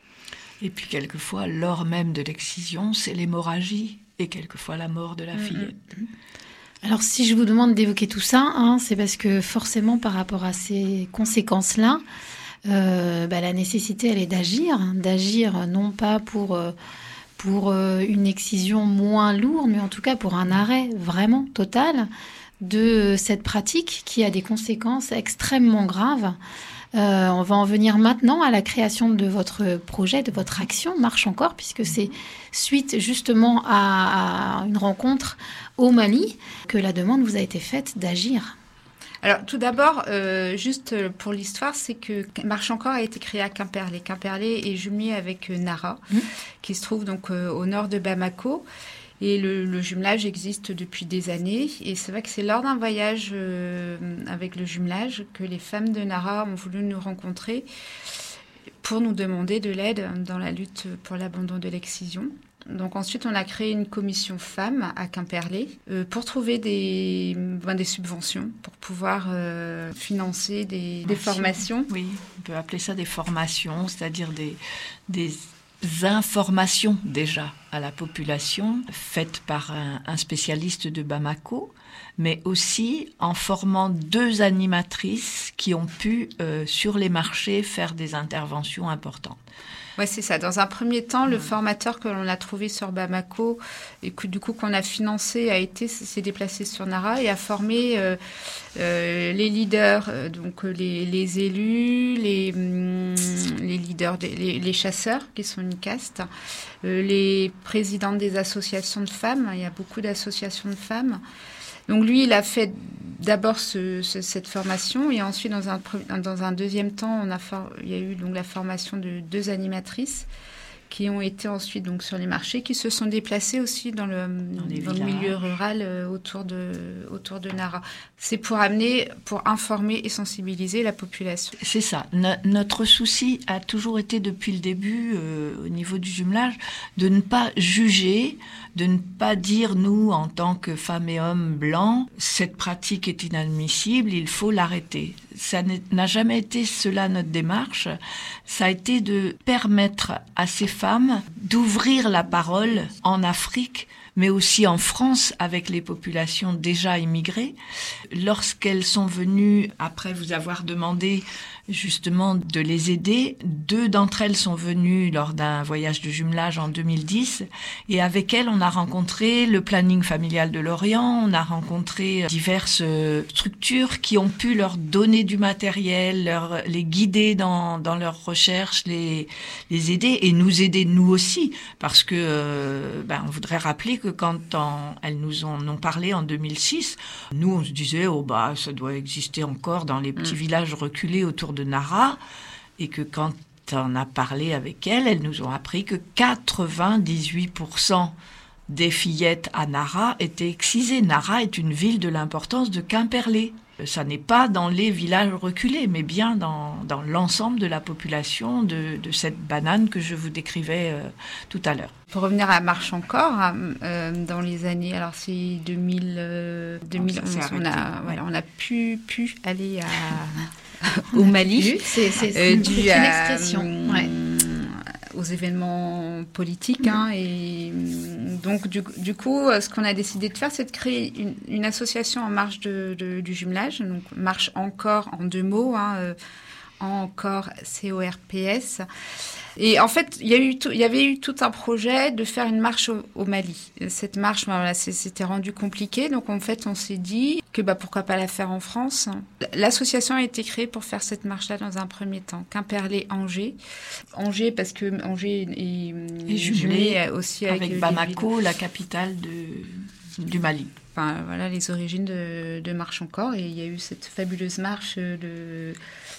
E: Et puis quelquefois, lors même de l'excision, c'est l'hémorragie et quelquefois la mort de la fillette.
B: Mmh. Alors si je vous demande d'évoquer tout ça, hein, c'est parce que forcément par rapport à ces conséquences-là, euh, bah, la nécessité elle est d'agir, hein, d'agir non pas pour... Euh, pour une excision moins lourde, mais en tout cas pour un arrêt vraiment total de cette pratique qui a des conséquences extrêmement graves. Euh, on va en venir maintenant à la création de votre projet, de votre action Marche encore, puisque c'est suite justement à, à une rencontre au Mali que la demande vous a été faite d'agir.
D: Alors, tout d'abord, euh, juste pour l'histoire, c'est que Marche encore a été créé à Quimperlé. Quimperlé est jumelé avec euh, Nara, mmh. qui se trouve donc euh, au nord de Bamako. Et le, le jumelage existe depuis des années. Et c'est vrai que c'est lors d'un voyage euh, avec le jumelage que les femmes de Nara ont voulu nous rencontrer pour nous demander de l'aide dans la lutte pour l'abandon de l'excision. Donc ensuite, on a créé une commission femmes à Quimperlé euh, pour trouver des, ben, des subventions, pour pouvoir euh, financer des, des formations.
E: Oui, on peut appeler ça des formations, c'est-à-dire des, des informations déjà à la population, faites par un, un spécialiste de Bamako, mais aussi en formant deux animatrices qui ont pu, euh, sur les marchés, faire des interventions importantes.
D: Oui, c'est ça. Dans un premier temps, le formateur que l'on a trouvé sur Bamako et que, du coup, qu'on a financé, a été, s'est déplacé sur Nara et a formé euh, euh, les leaders, euh, donc les, les élus, les, hum, les leaders, des, les, les chasseurs, qui sont une caste, euh, les présidents des associations de femmes. Il y a beaucoup d'associations de femmes. Donc lui, il a fait d'abord ce, ce, cette formation et ensuite, dans un, dans un deuxième temps, on a for, il y a eu donc la formation de deux animatrices qui ont été ensuite donc sur les marchés, qui se sont déplacés aussi dans le, dans, dans le milieu rural euh, autour de, autour de Nara. C'est pour amener, pour informer et sensibiliser la population.
E: C'est ça. No- notre souci a toujours été depuis le début, euh, au niveau du jumelage, de ne pas juger, de ne pas dire, nous, en tant que femmes et hommes blancs, cette pratique est inadmissible, il faut l'arrêter. Ça n'a jamais été cela notre démarche. Ça a été de permettre à ces femmes d'ouvrir la parole en Afrique, mais aussi en France, avec les populations déjà immigrées. Lorsqu'elles sont venues, après vous avoir demandé justement de les aider, deux d'entre elles sont venues lors d'un voyage de jumelage en deux mille dix, et avec elles, on a rencontré le planning familial de Lorient, on a rencontré diverses structures qui ont pu leur donner du matériel, leur, les guider dans, dans leurs recherches, les, les aider, et nous aider nous aussi, parce que euh, ben, on voudrait rappeler que quand en, elles nous en ont parlé en deux mille six, nous on se disait oh bah ça doit exister encore dans les petits mmh. villages reculés autour de Nara, et que quand on a parlé avec elles, elles nous ont appris que quatre-vingt-dix-huit pour cent des fillettes à Nara étaient excisées. Nara est une ville de l'importance de Quimperlé. Ça n'est pas dans les villages reculés, mais bien dans, dans l'ensemble de la population de, de cette banane que je vous décrivais euh, tout à l'heure.
D: Pour revenir à Marche encore, euh, dans les années, alors c'est deux mille, euh, deux mille onze, on a, voilà, on a pu, pu aller à, au Mali.
B: C'est, c'est,
D: euh,
B: c'est
D: dû
B: une
D: à,
B: expression.
D: Euh, ouais. aux événements politiques. Hein, et donc, du, du coup, ce qu'on a décidé de faire, c'est de créer une, une association en marge de, de, du jumelage. Donc, Marche encore en deux mots, hein, euh, encore C O R P S. Et en fait, il y a eu tout, il y avait eu tout un projet de faire une marche au, au Mali. Cette marche, ben, voilà, c'était rendu compliqué. Donc, en fait, on s'est dit que bah, pourquoi pas la faire en France. L'association a été créée pour faire cette marche-là dans un premier temps. Quimperlé-Angers. Angers, parce que Angers est,
E: est jumelé
D: aussi
E: avec,
D: avec
E: Bamako, la capitale de, du Mali.
D: Enfin, voilà les origines de, de Marche encore. Et il y a eu cette fabuleuse marche de...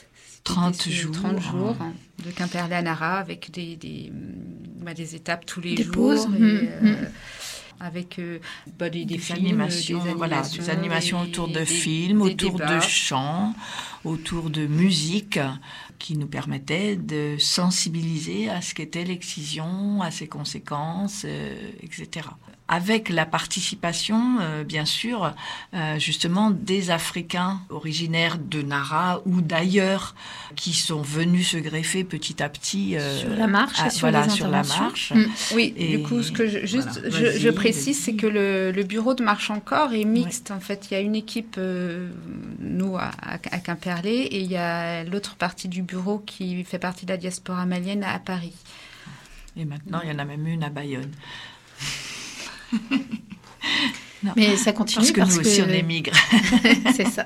E: trente jours,
D: trente jours hein, de Quimperlé à Nara avec des, des, bah, des étapes tous les
B: des
D: jours.
B: Pauses.
D: Et,
B: mmh.
D: euh, avec euh, bah, des, des,
E: des,
D: films,
E: animations,
D: des animations,
E: voilà, des animations
D: des,
E: autour de
D: des,
E: films,
D: des
E: autour
D: débats.
E: de chants, autour de musique, qui nous permettaient de sensibiliser à ce qu'était l'excision, à ses conséquences, euh, et cetera. Avec la participation, euh, bien sûr, euh, justement, des Africains originaires de Nara ou d'ailleurs, qui sont venus se greffer petit à petit euh,
B: sur la marche,
E: à,
B: et sur,
E: voilà,
B: les
E: sur la marche.
B: Mmh.
D: Oui,
E: et
D: du coup, ce que je, juste,
E: voilà,
D: je, je précise, c'est que le, le bureau de Marche encore est mixte. Ouais. En fait, il y a une équipe, euh, nous, à, à Quimperlé, et il y a l'autre partie du bureau qui fait partie de la diaspora malienne à Paris.
E: Et maintenant, il y en a même une à Bayonne.
B: Non. Mais ça continue
E: parce que
B: parce
E: nous aussi
B: que...
E: on émigre.
B: C'est ça.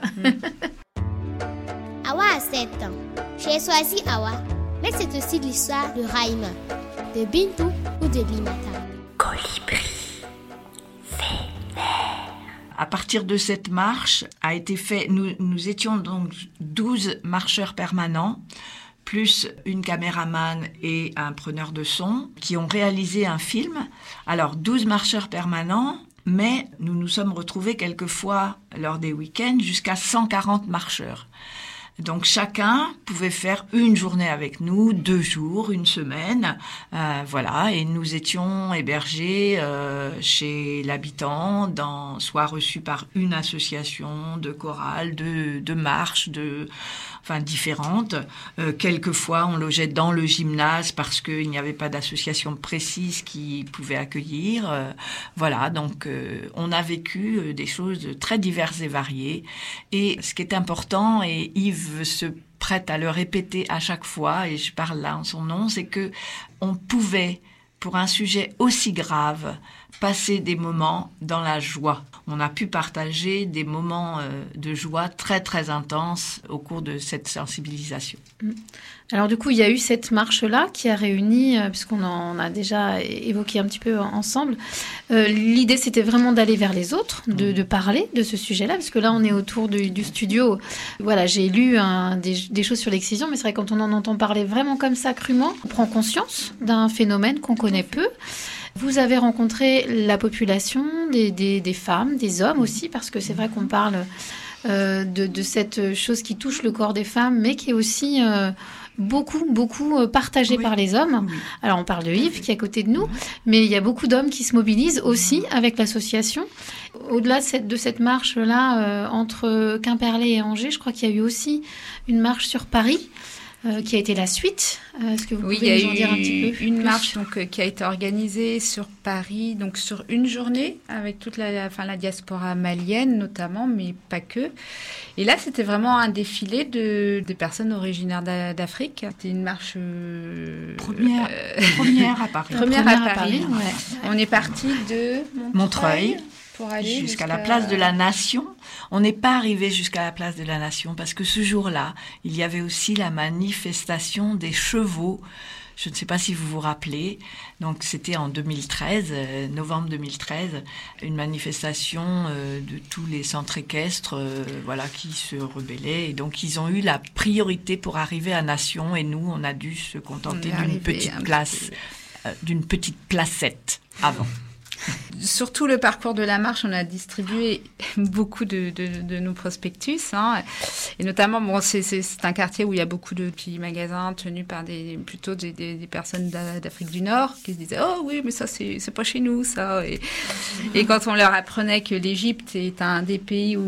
K: Awa a sept ans. J'ai choisi Awa, mais c'est aussi l'histoire de Raïma, de Bintou ou de Limata.
L: Colibri vénère.
E: À partir de cette marche a été fait, nous, nous étions donc douze marcheurs permanents, plus une caméraman et un preneur de son, qui ont réalisé un film. Alors, douze marcheurs permanents, mais nous nous sommes retrouvés quelquefois, lors des week-ends, jusqu'à cent quarante marcheurs. Donc, chacun pouvait faire une journée avec nous, deux jours, une semaine, euh, voilà, et nous étions hébergés euh, chez l'habitant, dans, soit reçus par une association de chorale, de, de marche, de... enfin différentes. Euh, quelquefois, on logeait dans le gymnase parce qu'il n'y avait pas d'association précise qui pouvait accueillir. Euh, voilà, donc euh, on a vécu euh, des choses très diverses et variées. Et ce qui est important, et Yves se prête à le répéter à chaque fois, et je parle là en son nom, c'est que on pouvait, pour un sujet aussi grave, passé des moments dans la joie. On a pu partager des moments euh, de joie très très intenses au cours de cette sensibilisation.
B: Alors du coup, il y a eu cette marche-là qui a réuni, euh, puisqu'on en a déjà évoqué un petit peu ensemble, euh, l'idée c'était vraiment d'aller vers les autres, de, de parler de ce sujet-là, parce que là on est autour du, du studio. Voilà, j'ai lu un, des, des choses sur l'excision, mais c'est vrai quand on en entend parler vraiment comme ça crûment, on prend conscience d'un phénomène qu'on connaît peu. Vous avez rencontré la population, des, des, des femmes, des hommes aussi, parce que c'est vrai qu'on parle euh, de, de cette chose qui touche le corps des femmes, mais qui est aussi euh, beaucoup, beaucoup euh, partagée oui. par les hommes. Oui. Alors on parle de Yves qui est à côté de nous, oui. mais il y a beaucoup d'hommes qui se mobilisent aussi avec l'association. Au-delà de cette, de cette marche-là, euh, entre Quimperlé et Angers, je crois qu'il y a eu aussi une marche sur Paris. Euh, qui a été la suite. Euh, est-ce que vous
D: oui,
B: pouvez nous en dire un petit peu?
D: Oui, il y a eu une marche donc, euh, qui a été organisée sur Paris, donc sur une journée, avec toute la, enfin, la diaspora malienne notamment, mais pas que. Et là, c'était vraiment un défilé de, de personnes originaires d'a, d'Afrique. C'était une marche... Euh,
E: première, euh, première à Paris.
D: Première, première à, à Paris,
B: Paris ouais.
D: On est parti de Montreuil.
E: Montreuil.
D: Pour aller
E: jusqu'à,
D: jusqu'à
E: la place de la Nation. On n'est pas arrivé jusqu'à la place de la Nation parce que ce jour-là, il y avait aussi la manifestation des chevaux. Je ne sais pas si vous vous rappelez. Donc, c'était en deux mille treize, euh, novembre deux mille treize, une manifestation euh, de tous les centres équestres, euh, voilà, qui se rebellaient. Et donc, ils ont eu la priorité pour arriver à Nation. Et nous, on a dû se contenter d'une petite place, euh, d'une petite placette avant.
D: Sur tout le parcours de la marche, on a distribué beaucoup de, de, de nos prospectus. Hein. Et notamment, bon, c'est, c'est, c'est un quartier où il y a beaucoup de petits magasins tenus par des, plutôt des, des, des personnes d'Afrique du Nord qui se disaient « Oh oui, mais ça, c'est, c'est pas chez nous, ça ». Et, et quand on leur apprenait que l'Égypte est un des pays où,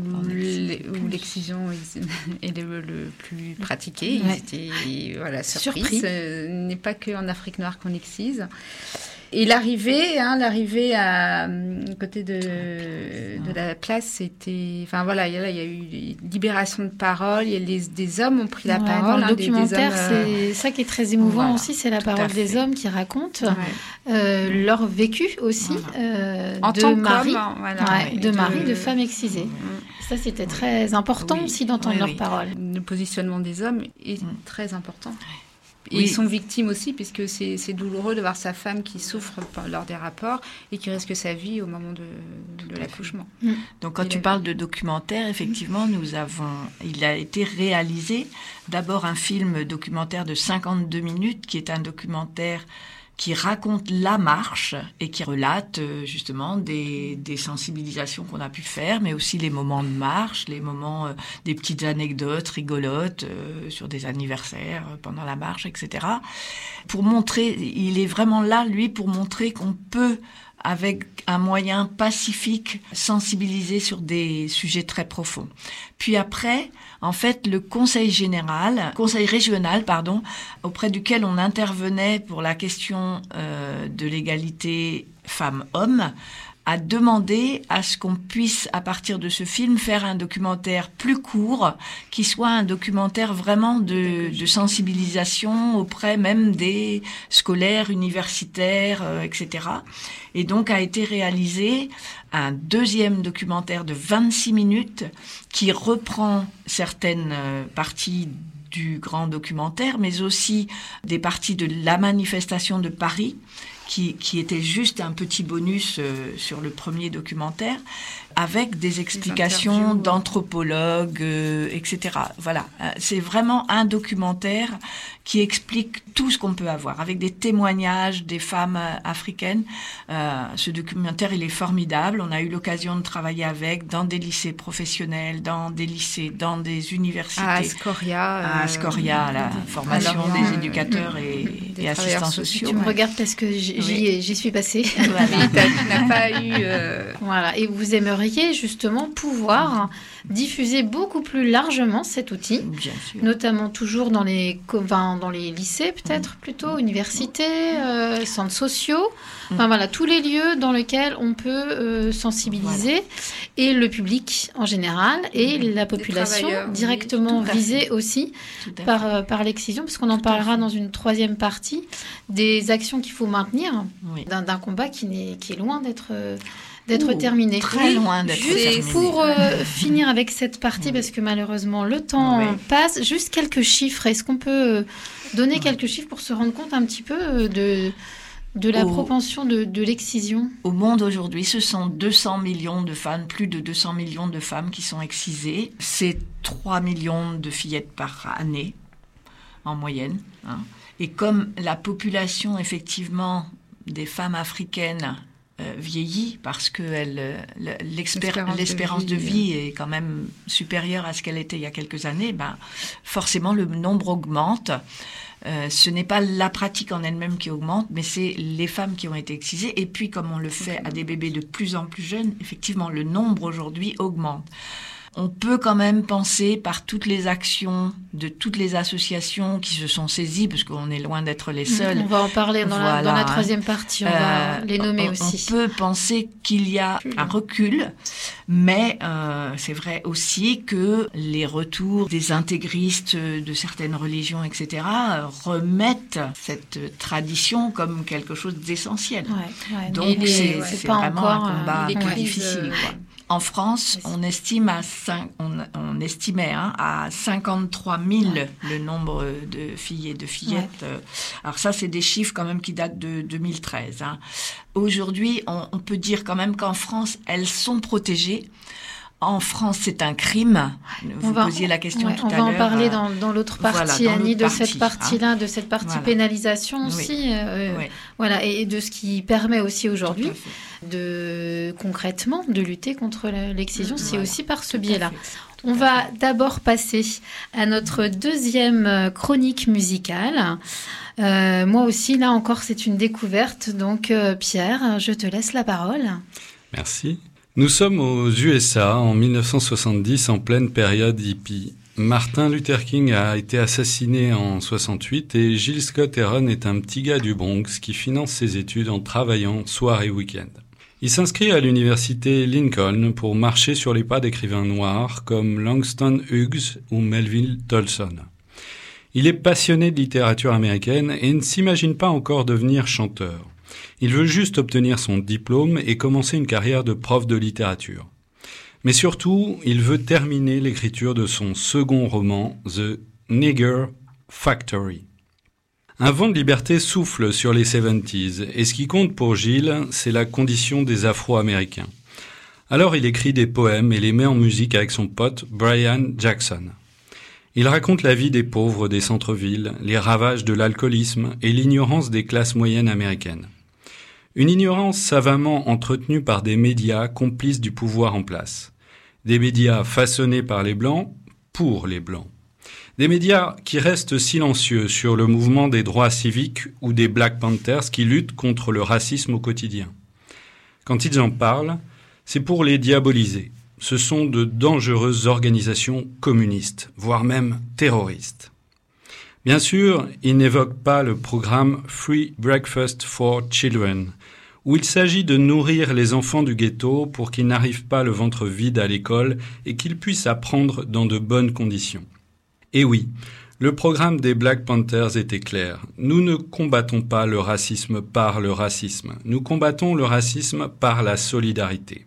D: où l'excision est le, le plus pratiqué, ouais. ils étaient voilà, surpris. surpris. Ce n'est pas qu'en Afrique noire qu'on excise. Et l'arrivée, hein, l'arrivée à, à côté de, de la place, c'était... Enfin voilà, il y a, là, il y a eu libération de parole, il y a les, des hommes ont pris la ouais, parole.
B: Dans le hein, documentaire, des, des hommes, c'est euh... ça qui est très émouvant voilà, aussi, c'est la parole des hommes qui racontent ouais. euh, leur vécu aussi voilà. euh,
D: en
B: de
D: tant
B: mari,
D: hein, voilà,
B: ouais, de, de mari, de femmes excisées. Mmh. Ça, c'était très important oui. aussi d'entendre oui, leurs oui. paroles.
D: Le positionnement des hommes est mmh. très important. Et oui. ils sont victimes aussi, puisque c'est, c'est douloureux de voir sa femme qui souffre lors des rapports et qui risque sa vie au moment de, de l'accouchement.
E: Mmh. Donc, quand et tu la... parles de documentaire, effectivement, mmh. nous avons, il a été réalisé d'abord un film documentaire de cinquante-deux minutes, qui est un documentaire qui raconte la marche et qui relate euh, justement des, des sensibilisations qu'on a pu faire, mais aussi les moments de marche, les moments, euh, des petites anecdotes rigolotes euh, sur des anniversaires euh, pendant la marche, et cetera. Pour montrer, il est vraiment là, lui, pour montrer qu'on peut, avec un moyen pacifique, sensibiliser sur des sujets très profonds. Puis après, en fait, le conseil général, conseil régional, pardon, auprès duquel on intervenait pour la question euh, de l'égalité femmes-hommes, a demandé à ce qu'on puisse, à partir de ce film, faire un documentaire plus court, qui soit un documentaire vraiment de, de sensibilisation auprès même des scolaires, universitaires, euh, et cetera. Et donc a été réalisé un deuxième documentaire de vingt-six minutes qui reprend certaines euh, parties du grand documentaire, mais aussi des parties de la manifestation de Paris, qui, qui était juste un petit bonus euh, sur le premier documentaire, avec des explications des d'anthropologues, euh, et cetera. Voilà, c'est vraiment un documentaire qui explique tout ce qu'on peut avoir, avec des témoignages des femmes africaines. Euh, ce documentaire, il est formidable. On a eu l'occasion de travailler avec dans des lycées professionnels, dans des lycées, dans des universités.
D: À Ascoria.
E: À Ascoria, euh, la des, formation alors, des éducateurs euh, et, et assistants sociaux.
B: Tu me regardes parce que j'y, oui. j'y suis passée.
D: Voilà. Mais tu n'as pas eu... Euh...
B: Voilà, et vous aimeriez justement pouvoir diffuser beaucoup plus largement cet outil,
E: Bien sûr.
B: notamment toujours dans les, enfin, dans les lycées peut-être mmh. plutôt, universités, euh, centres sociaux, mmh. enfin voilà, tous les lieux dans lesquels on peut euh, sensibiliser voilà. et le public en général et mmh. la population directement oui, visée fait. aussi par, euh, par l'excision, parce qu'on en tout parlera dans une troisième partie, des actions qu'il faut maintenir oui. d'un, d'un combat qui, n'est, qui est loin d'être... Euh, d'être Ouh, terminé.
E: Très loin d'être
B: juste
E: terminé.
B: Pour euh, finir avec cette partie, oui. parce que malheureusement le temps oui. passe, juste quelques chiffres. Est-ce qu'on peut donner oui. quelques chiffres pour se rendre compte un petit peu de, de la Au, propension de, de l'excision ?
E: Au monde aujourd'hui, ce sont deux cents millions de femmes, plus de deux cents millions de femmes qui sont excisées. C'est trois millions de fillettes par année, en moyenne. Hein. Et comme la population, effectivement, des femmes africaines Euh, vieillit parce que elle, l'expér- l'espérance, l'espérance de vie, de vie est quand même supérieure à ce qu'elle était il y a quelques années, ben, forcément le nombre augmente. Euh, ce n'est pas la pratique en elle-même qui augmente, mais c'est les femmes qui ont été excisées. Et puis, comme on le fait à des bébés de plus en plus jeunes, effectivement, le nombre aujourd'hui augmente. On peut quand même penser par toutes les actions de toutes les associations qui se sont saisies, parce qu'on est loin d'être les seuls.
B: On va en parler dans, voilà. la, dans la troisième partie, on euh, va les nommer
E: on,
B: aussi.
E: On peut penser qu'il y a un recul, mais euh, c'est vrai aussi que les retours des intégristes de certaines religions, et cetera, remettent cette tradition comme quelque chose d'essentiel. Ouais, ouais, Donc c'est, est, c'est, c'est vraiment encore, un combat euh, très difficile. Quoi. En France, on estime à cinq, on, on estimait hein, à cinquante-trois mille ouais. le nombre de filles et de fillettes. Ouais. Alors ça, c'est des chiffres quand même qui datent de deux mille treize. Hein. Aujourd'hui, on, on peut dire quand même qu'en France, elles sont protégées. En France, c'est un crime. Vous on va, posiez la question ouais, tout à l'heure.
B: On va en parler dans, dans l'autre partie, voilà, dans Annie, l'autre de partie, cette partie-là, hein. de cette partie voilà. pénalisation aussi. Oui. Euh, oui. Voilà, et de ce qui permet aussi aujourd'hui de concrètement de lutter contre l'excision, c'est voilà. aussi par ce biais-là. On va d'abord passer à notre deuxième chronique musicale. Euh, moi aussi, là encore, c'est une découverte. Donc, euh, Pierre, je te laisse la parole.
L: Merci. Nous sommes aux U S A en dix-neuf cent soixante-dix, en pleine période hippie. Martin Luther King a été assassiné en soixante-huit et Gil Scott-Heron est un petit gars du Bronx qui finance ses études en travaillant soir et week-end. Il s'inscrit à l'université Lincoln pour marcher sur les pas d'écrivains noirs comme Langston Hughes ou Melville Tolson. Il est passionné de littérature américaine et ne s'imagine pas encore devenir chanteur. Il veut juste obtenir son diplôme et commencer une carrière de prof de littérature. Mais surtout, il veut terminer l'écriture de son second roman, The Nigger Factory. Un vent de liberté souffle sur les soixante-dix, et ce qui compte pour Gilles, c'est la condition des Afro-Américains. Alors il écrit des poèmes et les met en musique avec son pote Brian Jackson. Il raconte la vie des pauvres des centres-villes, les ravages de l'alcoolisme et l'ignorance des classes moyennes américaines. Une ignorance savamment entretenue par des médias complices du pouvoir en place. Des médias façonnés par les Blancs, pour les Blancs. Des médias qui restent silencieux sur le mouvement des droits civiques ou des Black Panthers qui luttent contre le racisme au quotidien. Quand ils en parlent, c'est pour les diaboliser. Ce sont de dangereuses organisations communistes, voire même terroristes. Bien sûr, ils n'évoquent pas le programme Free Breakfast for Children, où il s'agit de nourrir les enfants du ghetto pour qu'ils n'arrivent pas le ventre vide à l'école et qu'ils puissent apprendre dans de bonnes conditions. Et oui, le programme des Black Panthers était clair. Nous ne combattons pas le racisme par le racisme. Nous combattons le racisme par la solidarité.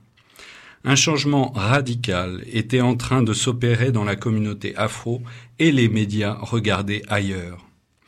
L: Un changement radical était en train de s'opérer dans la communauté afro et les médias regardaient ailleurs.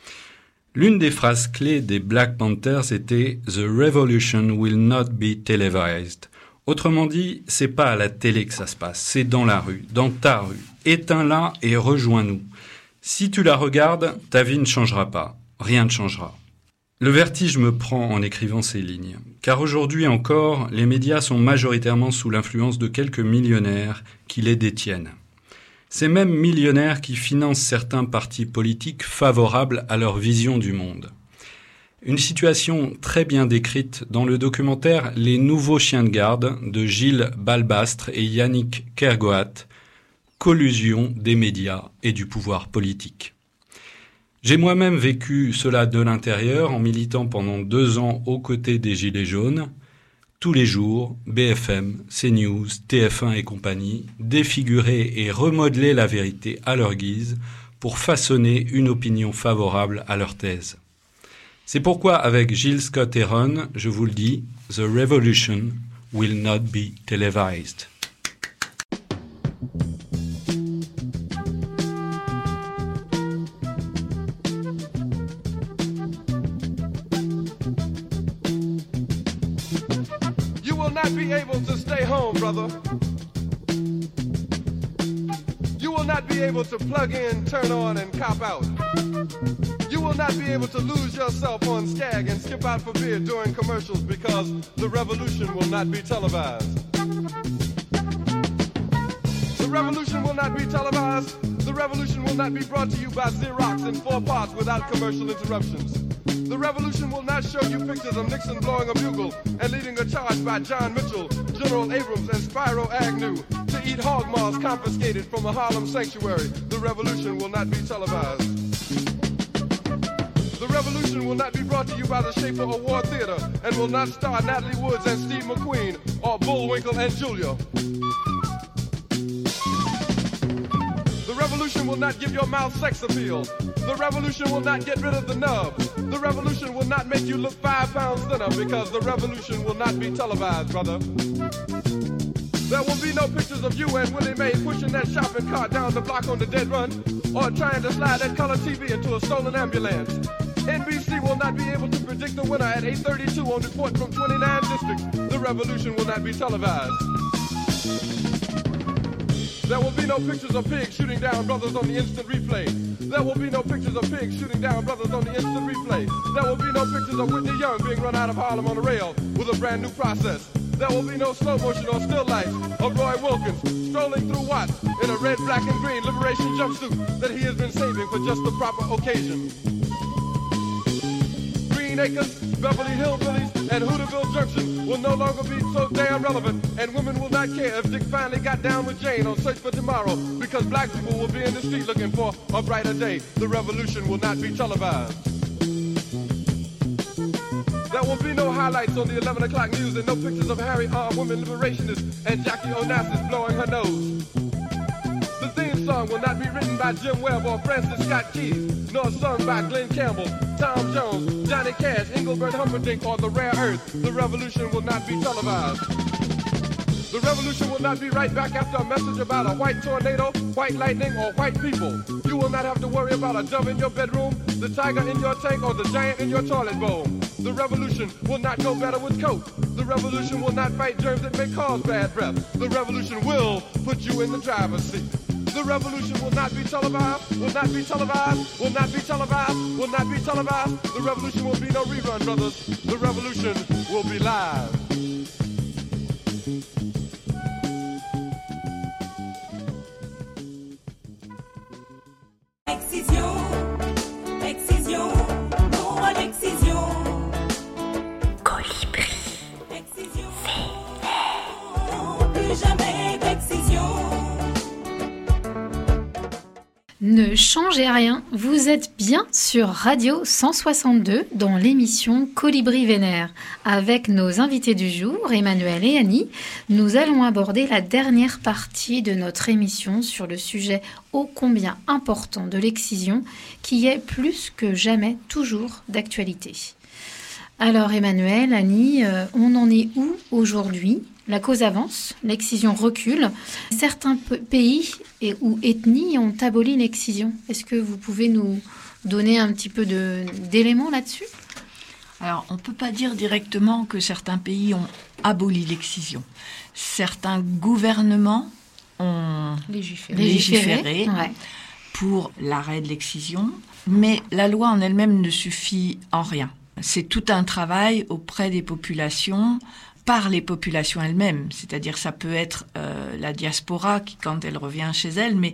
L: L'une des phrases clés des Black Panthers était « The revolution will not be televised ». Autrement dit, c'est pas à la télé que ça se passe, c'est dans la rue, dans ta rue. Éteins-la et rejoins-nous. Si tu la regardes, ta vie ne changera pas, rien ne changera. Le vertige me prend en écrivant ces lignes, car aujourd'hui encore, les médias sont majoritairement sous l'influence de quelques millionnaires qui les détiennent. Ces mêmes millionnaires qui financent certains partis politiques favorables à leur vision du monde. Une situation très bien décrite dans le documentaire « Les nouveaux chiens de garde » de Gilles Balbastre et Yannick Kergoat collusion des médias et du pouvoir politique. J'ai moi-même vécu cela de l'intérieur en militant pendant deux ans aux côtés des Gilets jaunes. Tous les jours, B F M, CNews, T F un et compagnie défiguraient et remodelaient la vérité à leur guise pour façonner une opinion favorable à leur thèse. C'est pourquoi, avec Gilles Scott Heron, je vous le dis, The Revolution will not be televised.
M: You will not be able to stay home, brother. You will not be able to plug in, turn on, and cop out. You will not be able to lose yourself on Skag and skip out for beer during commercials because the revolution will not be televised. The revolution will not be televised. The revolution will not be brought to you by Xerox in four parts without commercial interruptions. The revolution will not show you pictures of Nixon blowing a bugle and leading a charge by John Mitchell, General Abrams, and Spyro Agnew to eat hog maws confiscated from a Harlem sanctuary. The revolution will not be televised. The revolution will not be brought to you by the Schaefer Award Theater and will not star Natalie Woods and Steve McQueen or Bullwinkle and Julia. The revolution will not give your mouth sex appeal. The revolution will not get rid of the nub. The revolution will not make you look five pounds thinner because the revolution will not be televised, brother. There will be no pictures of you and Willie Mae pushing that shopping cart down the block on the dead run or trying to slide that color T V into a stolen ambulance. N B C will not be able to predict the winner at eight thirty-two on report from twenty-nine districts. The revolution will not be televised. There will be no pictures of pigs shooting down brothers on the instant replay. There will be no pictures of pigs shooting down brothers on the instant replay. There will be no pictures of Whitney Young being run out of Harlem on a rail with a brand new process. There will be no slow motion or still life of Roy Wilkins strolling through Watts in a red, black, and green liberation jumpsuit that he has been saving for just the proper occasion. Green Acres, Beverly Hillbillies, and Hooterville Junction will no longer be so damn relevant, and women will not care if Dick finally got down with Jane on Search for Tomorrow, because black people will be in the street looking for a brighter day. The revolution will not be televised. There will be no highlights on the eleven o'clock news and no pictures of Harry armed women liberationists and Jackie Onassis blowing her nose. The theme song will not be written by Jim Webb or Francis Scott Keys, nor sung by Glenn Campbell, Tom Jones, Johnny Cash, Engelbert Humperdinck, or The Rare Earth. The revolution will not be televised. The revolution will not be right back after a message about a white tornado, white lightning, or white people. You will not have to worry about a dove in your bedroom, the tiger in your tank, or the giant in your toilet bowl. The revolution will not go better with Coke. The revolution will not fight germs that may cause bad breath. The revolution will put you in the driver's seat. The revolution will not be televised, will not be televised, will not be televised, will not be televised. The revolution will be no rerun, brothers. The revolution will be live.
N: Excision, excision, non à l'excision. Colibri, excision, plus jamais d'excision.
B: Ne changez rien, vous êtes bien sur Radio cent soixante-deux dans l'émission Colibri Vénère. Avec nos invités du jour, Emmanuel et Annie, nous allons aborder la dernière partie de notre émission sur le sujet ô combien important de l'excision qui est plus que jamais toujours d'actualité. Alors Emmanuel, Annie, euh, on en est où aujourd'hui ? La cause avance, l'excision recule. Certains p- pays et, ou ethnies ont aboli l'excision. Est-ce que vous pouvez nous donner un petit peu de, d'éléments là-dessus ?
E: Alors, on ne peut pas dire directement que certains pays ont aboli l'excision. Certains gouvernements ont
B: légiféré,
E: légiféré
B: ouais.
E: pour l'arrêt de l'excision, mais la loi en elle-même ne suffit en rien. C'est tout un travail auprès des populations, par les populations elles-mêmes. C'est-à-dire, ça peut être euh, la diaspora qui, quand elle revient chez elle, mais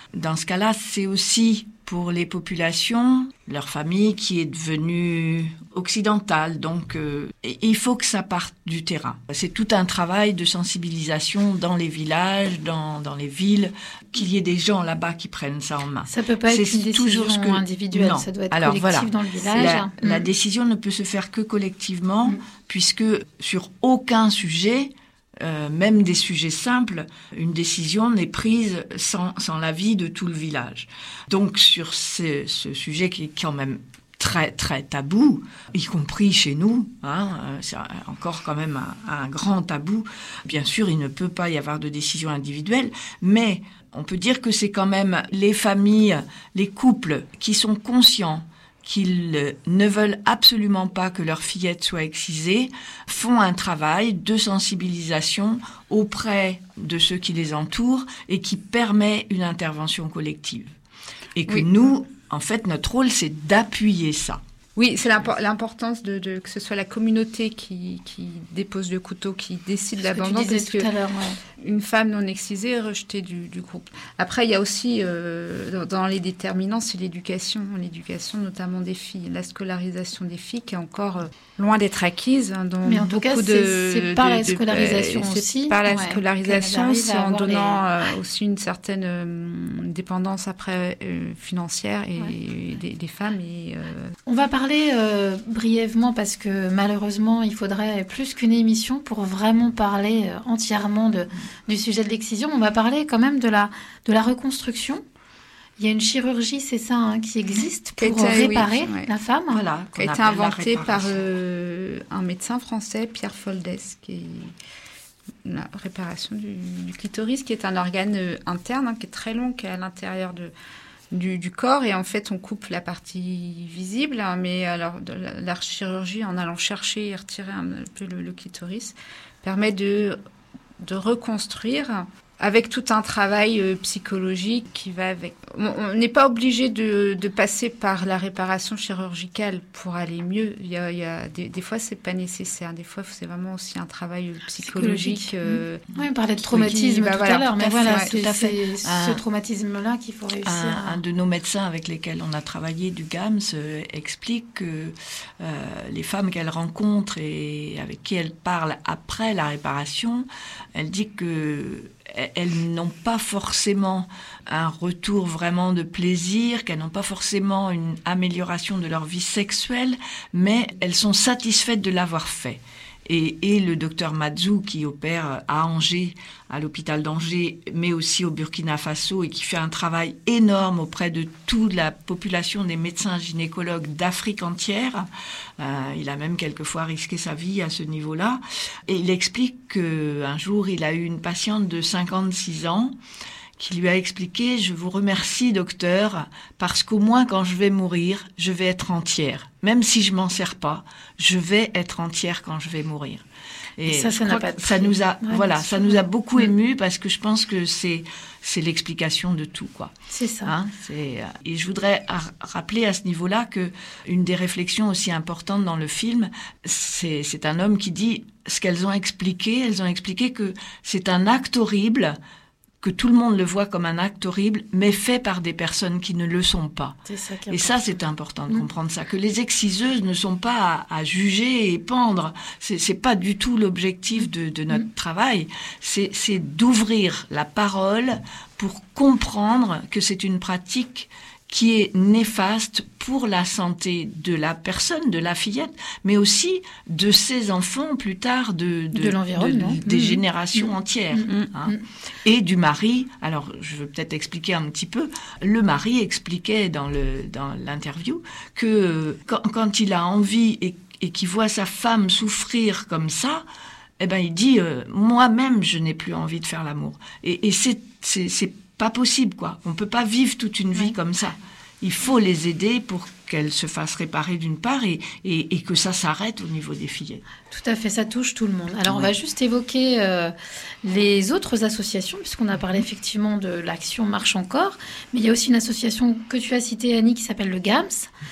E: Dans ce cas-là, c'est aussi pour les populations, leur famille qui est devenue occidentale. Donc, euh, il faut que ça parte du terrain. C'est tout un travail de sensibilisation dans les villages, dans, dans les villes, qu'il y ait des gens là-bas qui prennent ça en main.
B: Ça peut pas
E: c'est
B: être une décision
E: toujours ce que...
B: individuelle,
E: non.
B: ça doit être
E: Alors,
B: collectif
E: voilà.
B: dans le village.
E: La,
B: mmh.
E: la décision ne peut se faire que collectivement, mmh. puisque sur aucun sujet... Euh, même des sujets simples, une décision n'est prise sans, sans l'avis de tout le village. Donc sur ce, ce sujet qui est quand même très très tabou, y compris chez nous, hein, c'est encore quand même un, un grand tabou. Bien sûr, il ne peut pas y avoir de décision individuelle, mais on peut dire que c'est quand même les familles, les couples qui sont conscients qu'ils ne veulent absolument pas que leur fillette soit excisée, font un travail de sensibilisation auprès de ceux qui les entourent et qui permet une intervention collective. Et que oui. nous, en fait, notre rôle, c'est d'appuyer ça.
D: Oui, c'est l'impor- l'importance de, de que ce soit la communauté qui, qui dépose le couteau, qui décide l'abandon, parce que ouais. une femme non excisée est rejetée du, du groupe. Après, il y a aussi, euh, dans, dans les déterminants, c'est l'éducation, l'éducation notamment des filles, la scolarisation des filles qui est encore euh, loin d'être acquise. Hein, dans
B: Mais en tout cas,
D: de,
B: c'est, c'est par
D: de,
B: la scolarisation
D: de,
B: aussi.
D: C'est par la
B: ouais,
D: scolarisation, c'est en donnant
B: les...
D: euh, aussi une certaine euh, dépendance après euh, financière et, ouais. et des, des femmes. Et, euh...
B: On va parler Euh, brièvement parce que malheureusement il faudrait plus qu'une émission pour vraiment parler euh, entièrement de, du sujet de l'excision. On va parler quand même de la, de la reconstruction. Il y a une chirurgie, c'est ça, hein, qui existe pour qui été, réparer oui, ouais. la femme.
D: Voilà, qui a été inventée par euh, un médecin français, Pierre Foldès, qui est la réparation du, du clitoris, qui est un organe euh, interne, hein, qui est très long, qui est à l'intérieur de Du, du corps, et en fait on coupe la partie visible, hein, mais alors de la, la chirurgie, en allant chercher et retirer un peu le, le clitoris, permet de, de reconstruire avec tout un travail euh, psychologique qui va avec. On n'est pas obligé de, de passer par la réparation chirurgicale pour aller mieux. Il y a, il y a des, des fois c'est pas nécessaire. Des fois c'est vraiment aussi un travail psychologique. psychologique. Euh,
B: oui, on parlait de traumatisme qui, bah, tout voilà, à l'heure, mais voilà,
E: fait,
B: c'est,
E: tout à fait.
B: c'est
E: un,
B: ce traumatisme-là qu'il faut réussir.
E: Un,
B: à...
E: un de nos médecins avec lesquels on a travaillé du G A M S euh, explique que euh, les femmes qu'elle rencontre et avec qui elle parle après la réparation, elle dit que elles n'ont pas forcément un retour vraiment de plaisir, qu'elles n'ont pas forcément une amélioration de leur vie sexuelle, mais elles sont satisfaites de l'avoir fait. Et, et le docteur Mazou, qui opère à Angers, à l'hôpital d'Angers, mais aussi au Burkina Faso, et qui fait un travail énorme auprès de toute la population des médecins gynécologues d'Afrique entière. Euh, il a même quelquefois risqué sa vie à ce niveau-là. Et il explique qu'un jour, il a eu une patiente de cinquante-six ans qui lui a expliqué « Je vous remercie, docteur, parce qu'au moins quand je vais mourir, je vais être entière. Même si je m'en sers pas, je vais être entière quand je vais mourir. » Et,
B: Et ça, ça n'a pas de
E: ça nous a,
B: ouais,
E: voilà, ça nous a beaucoup
B: mmh.
E: ému parce que je pense que c'est, c'est l'explication de tout, quoi.
B: C'est ça.
E: Hein, c'est, et je voudrais rappeler à ce niveau-là que une des réflexions aussi importantes dans le film, c'est, c'est un homme qui dit ce qu'elles ont expliqué. Elles ont expliqué que c'est un acte horrible, que tout le monde le voit comme un acte horrible, mais fait par des personnes qui ne le sont pas.
B: C'est ça qui est
E: et ça, c'est important de mmh. comprendre ça, que les exciseuses ne sont pas à, à juger et pendre. C'est, c'est pas du tout l'objectif de, de notre mmh. travail. C'est, c'est d'ouvrir la parole pour comprendre que c'est une pratique qui est néfaste pour la santé de la personne, de la fillette, mais aussi de ses enfants plus tard, de, de,
B: de l'environnement,
E: de, des
B: mmh.
E: générations mmh. entières. Mmh. Hein. Et du mari, alors je veux peut-être expliquer un petit peu, le mari expliquait dans, le, dans l'interview que quand, quand il a envie et, et qu'il voit sa femme souffrir comme ça, eh ben il dit euh, moi-même je n'ai plus envie de faire l'amour. Et, et c'est, c'est, c'est pas possible, quoi. On peut pas vivre toute une vie ouais. comme ça. Il faut les aider pour qu'elle se fasse réparer d'une part et, et, et que ça s'arrête au niveau des fillettes.
B: Tout à fait, ça touche tout le monde. Alors,
E: Ouais.
B: on va juste évoquer euh, les autres associations, puisqu'on a parlé effectivement de l'action Marche Encore, mais il y a aussi une association que tu as citée, Annie, qui s'appelle le GAMS,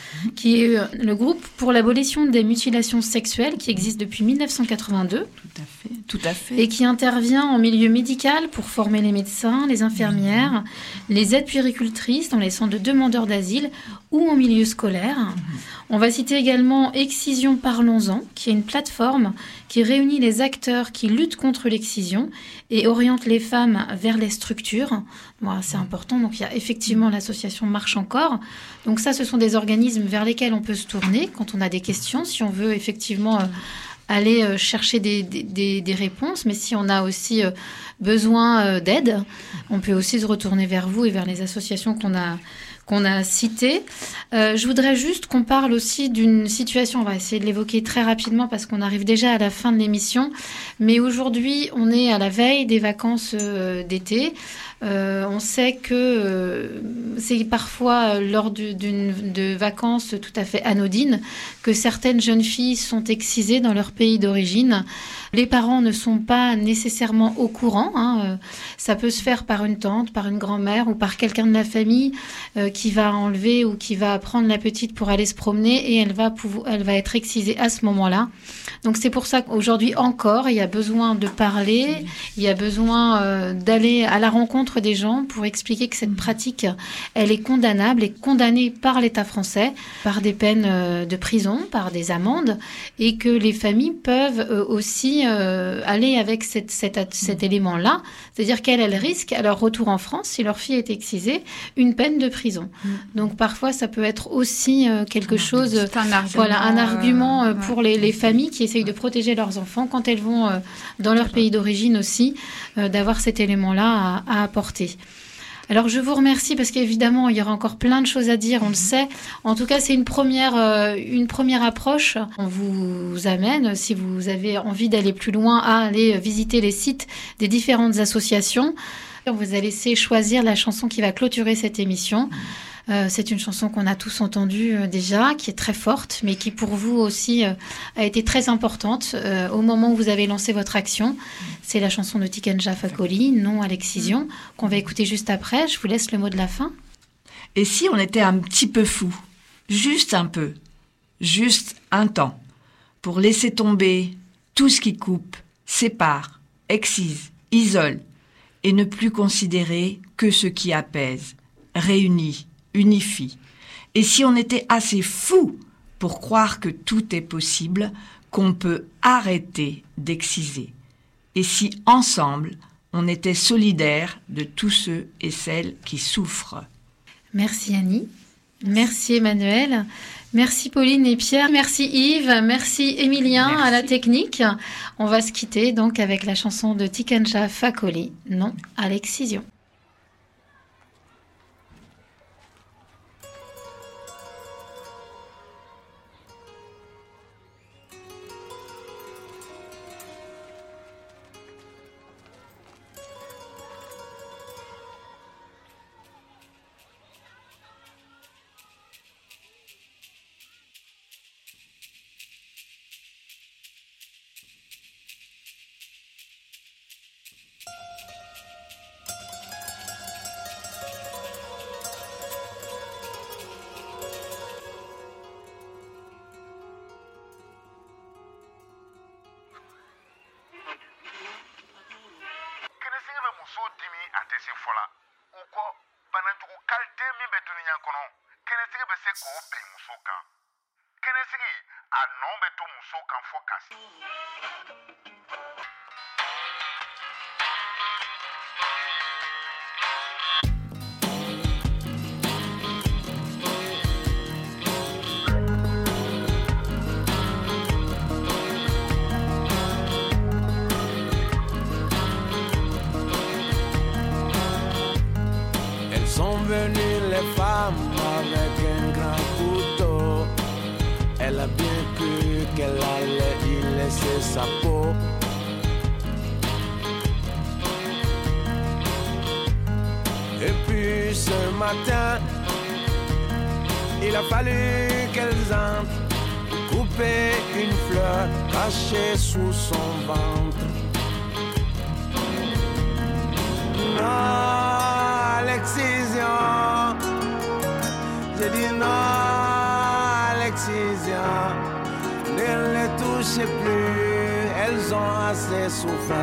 B: qui est euh, le groupe pour l'abolition des mutilations sexuelles, qui existe depuis mille neuf cent quatre-vingt-deux.
E: Tout à fait, tout à fait.
B: Et qui intervient en milieu médical pour former les médecins, les infirmières, les aides puéricultrices dans les centres de demandeurs d'asile ou en milieu scolaire. On va citer également Excision Parlons-en, qui est une plateforme qui réunit les acteurs qui luttent contre l'excision et oriente les femmes vers les structures. Bon, c'est important. Donc, il y a effectivement l'association Marche Encore. Donc ça, ce sont des organismes vers lesquels on peut se tourner quand on a des questions, si on veut effectivement... Euh, aller euh, chercher des, des, des réponses, mais si on a aussi euh, besoin euh, d'aide, on peut aussi se retourner vers vous et vers les associations qu'on a, qu'on a citées. Euh, je voudrais juste qu'on parle aussi d'une situation, on va essayer de l'évoquer très rapidement parce qu'on arrive déjà à la fin de l'émission, mais aujourd'hui, on est à la veille des vacances euh, d'été. Euh, on sait que euh, c'est parfois euh, lors du, d'une, de vacances tout à fait anodines que certaines jeunes filles sont excisées dans leur pays d'origine. Les parents ne sont pas nécessairement au courant. Hein. Euh, ça peut se faire par une tante, par une grand-mère ou par quelqu'un de la famille euh, qui va enlever ou qui va prendre la petite pour aller se promener et elle va, pouvoir, elle va être excisée à ce moment-là. Donc c'est pour ça qu'aujourd'hui encore, il y a besoin de parler, il y a besoin euh, d'aller à la rencontre des gens pour expliquer que cette pratique, elle est condamnable et condamnée par l'État français, par des peines euh, de prison, par des amendes, et que les familles peuvent euh, aussi euh, aller avec cette, cette, cet élément-là, c'est-à-dire qu'elles elles risquent, à leur retour en France, si leur fille est excisée, une peine de prison. Mmh. Donc parfois, ça peut être aussi euh, quelque chose,
D: C'est un argument,
B: voilà, un argument euh,
D: euh,
B: pour les, les familles qui essayent de protéger leurs enfants quand elles vont euh, dans leur pays d'origine aussi, euh, d'avoir cet élément-là à, à apporter. Alors je vous remercie parce qu'évidemment il y aura encore plein de choses à dire, on le sait. En tout cas c'est une première, euh, une première approche. On vous amène, si vous avez envie d'aller plus loin, à aller visiter les sites des différentes associations. On vous a laissé choisir la chanson qui va clôturer cette émission. Euh, c'est une chanson qu'on a tous entendue euh, déjà, qui est très forte, mais qui pour vous aussi euh, a été très importante euh, au moment où vous avez lancé votre action. C'est la chanson de Tiken Jah Fakoly, Non à l'excision, qu'on va écouter juste après. Je vous laisse le mot de la fin.
E: Et si on était un petit peu fou, juste un peu, juste un temps, pour laisser tomber tout ce qui coupe, sépare, excise, isole, et ne plus considérer que ce qui apaise, réunit, unifie. Et si on était assez fou pour croire que tout est possible, qu'on peut arrêter d'exciser. Et si ensemble, on était solidaires de tous ceux et celles qui souffrent.
B: Merci Annie, merci Emmanuel, merci Pauline et Pierre, merci Yves, merci Émilien merci. À la technique. On va se quitter donc avec la chanson de Tiken Jah Fakoly, Non à l'excision.
F: Sont venues les femmes avec un grand couteau. Elle a bien cru qu'elle allait y laisser sa peau. Et puis ce matin, Il a fallu qu'elles entrent, couper une fleur cachée sous son ventre. Non à l'excision, j'ai dit non à l'excision. Ne les touchez plus, elles ont assez souffert.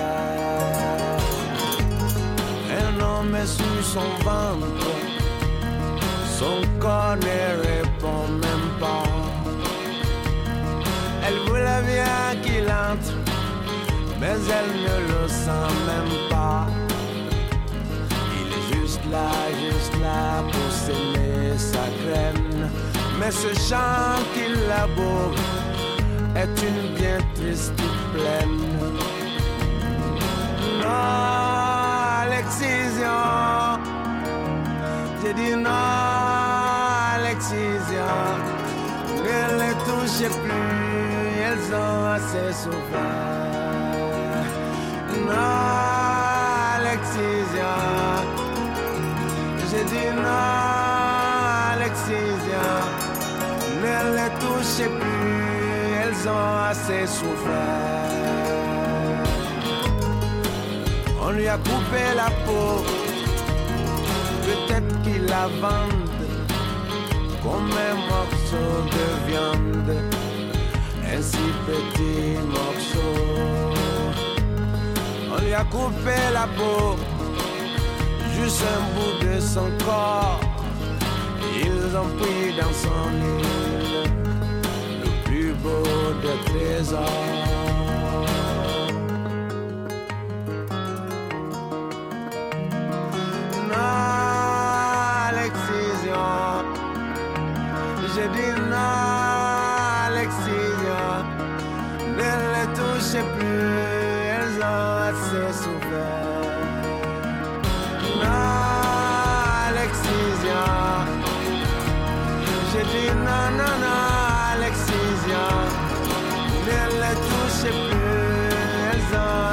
F: Un homme est sur son ventre, son corps ne répond même pas. Elle voulait bien qu'il entre, mais elle ne le sent même pas. Il est juste là, juste là pour s'aimer sa graine. Mais ce chant qu'il laboure est une bien triste plaine. Non à l'excision, j'ai dit non à l'excision. Ne les touchez plus, elles ont assez souffert. Non à l'excision, j'ai dit non à l'excision. Ne les touchez plus, elles ont assez souffert. On lui a coupé la peau, peut-être qu'il la vende comme un morceau de viande, un si petit morceau. On lui a coupé la peau, juste un bout de son corps. Ils ont pris dans son île le plus beau des trésors. Non à l'excision, j'ai dit non à l'excision. Ne les touchez plus, elles ont assez souffert. Non à l'excision, j'ai dit non, non, non à l'excision. Ne les touchez plus, elles ont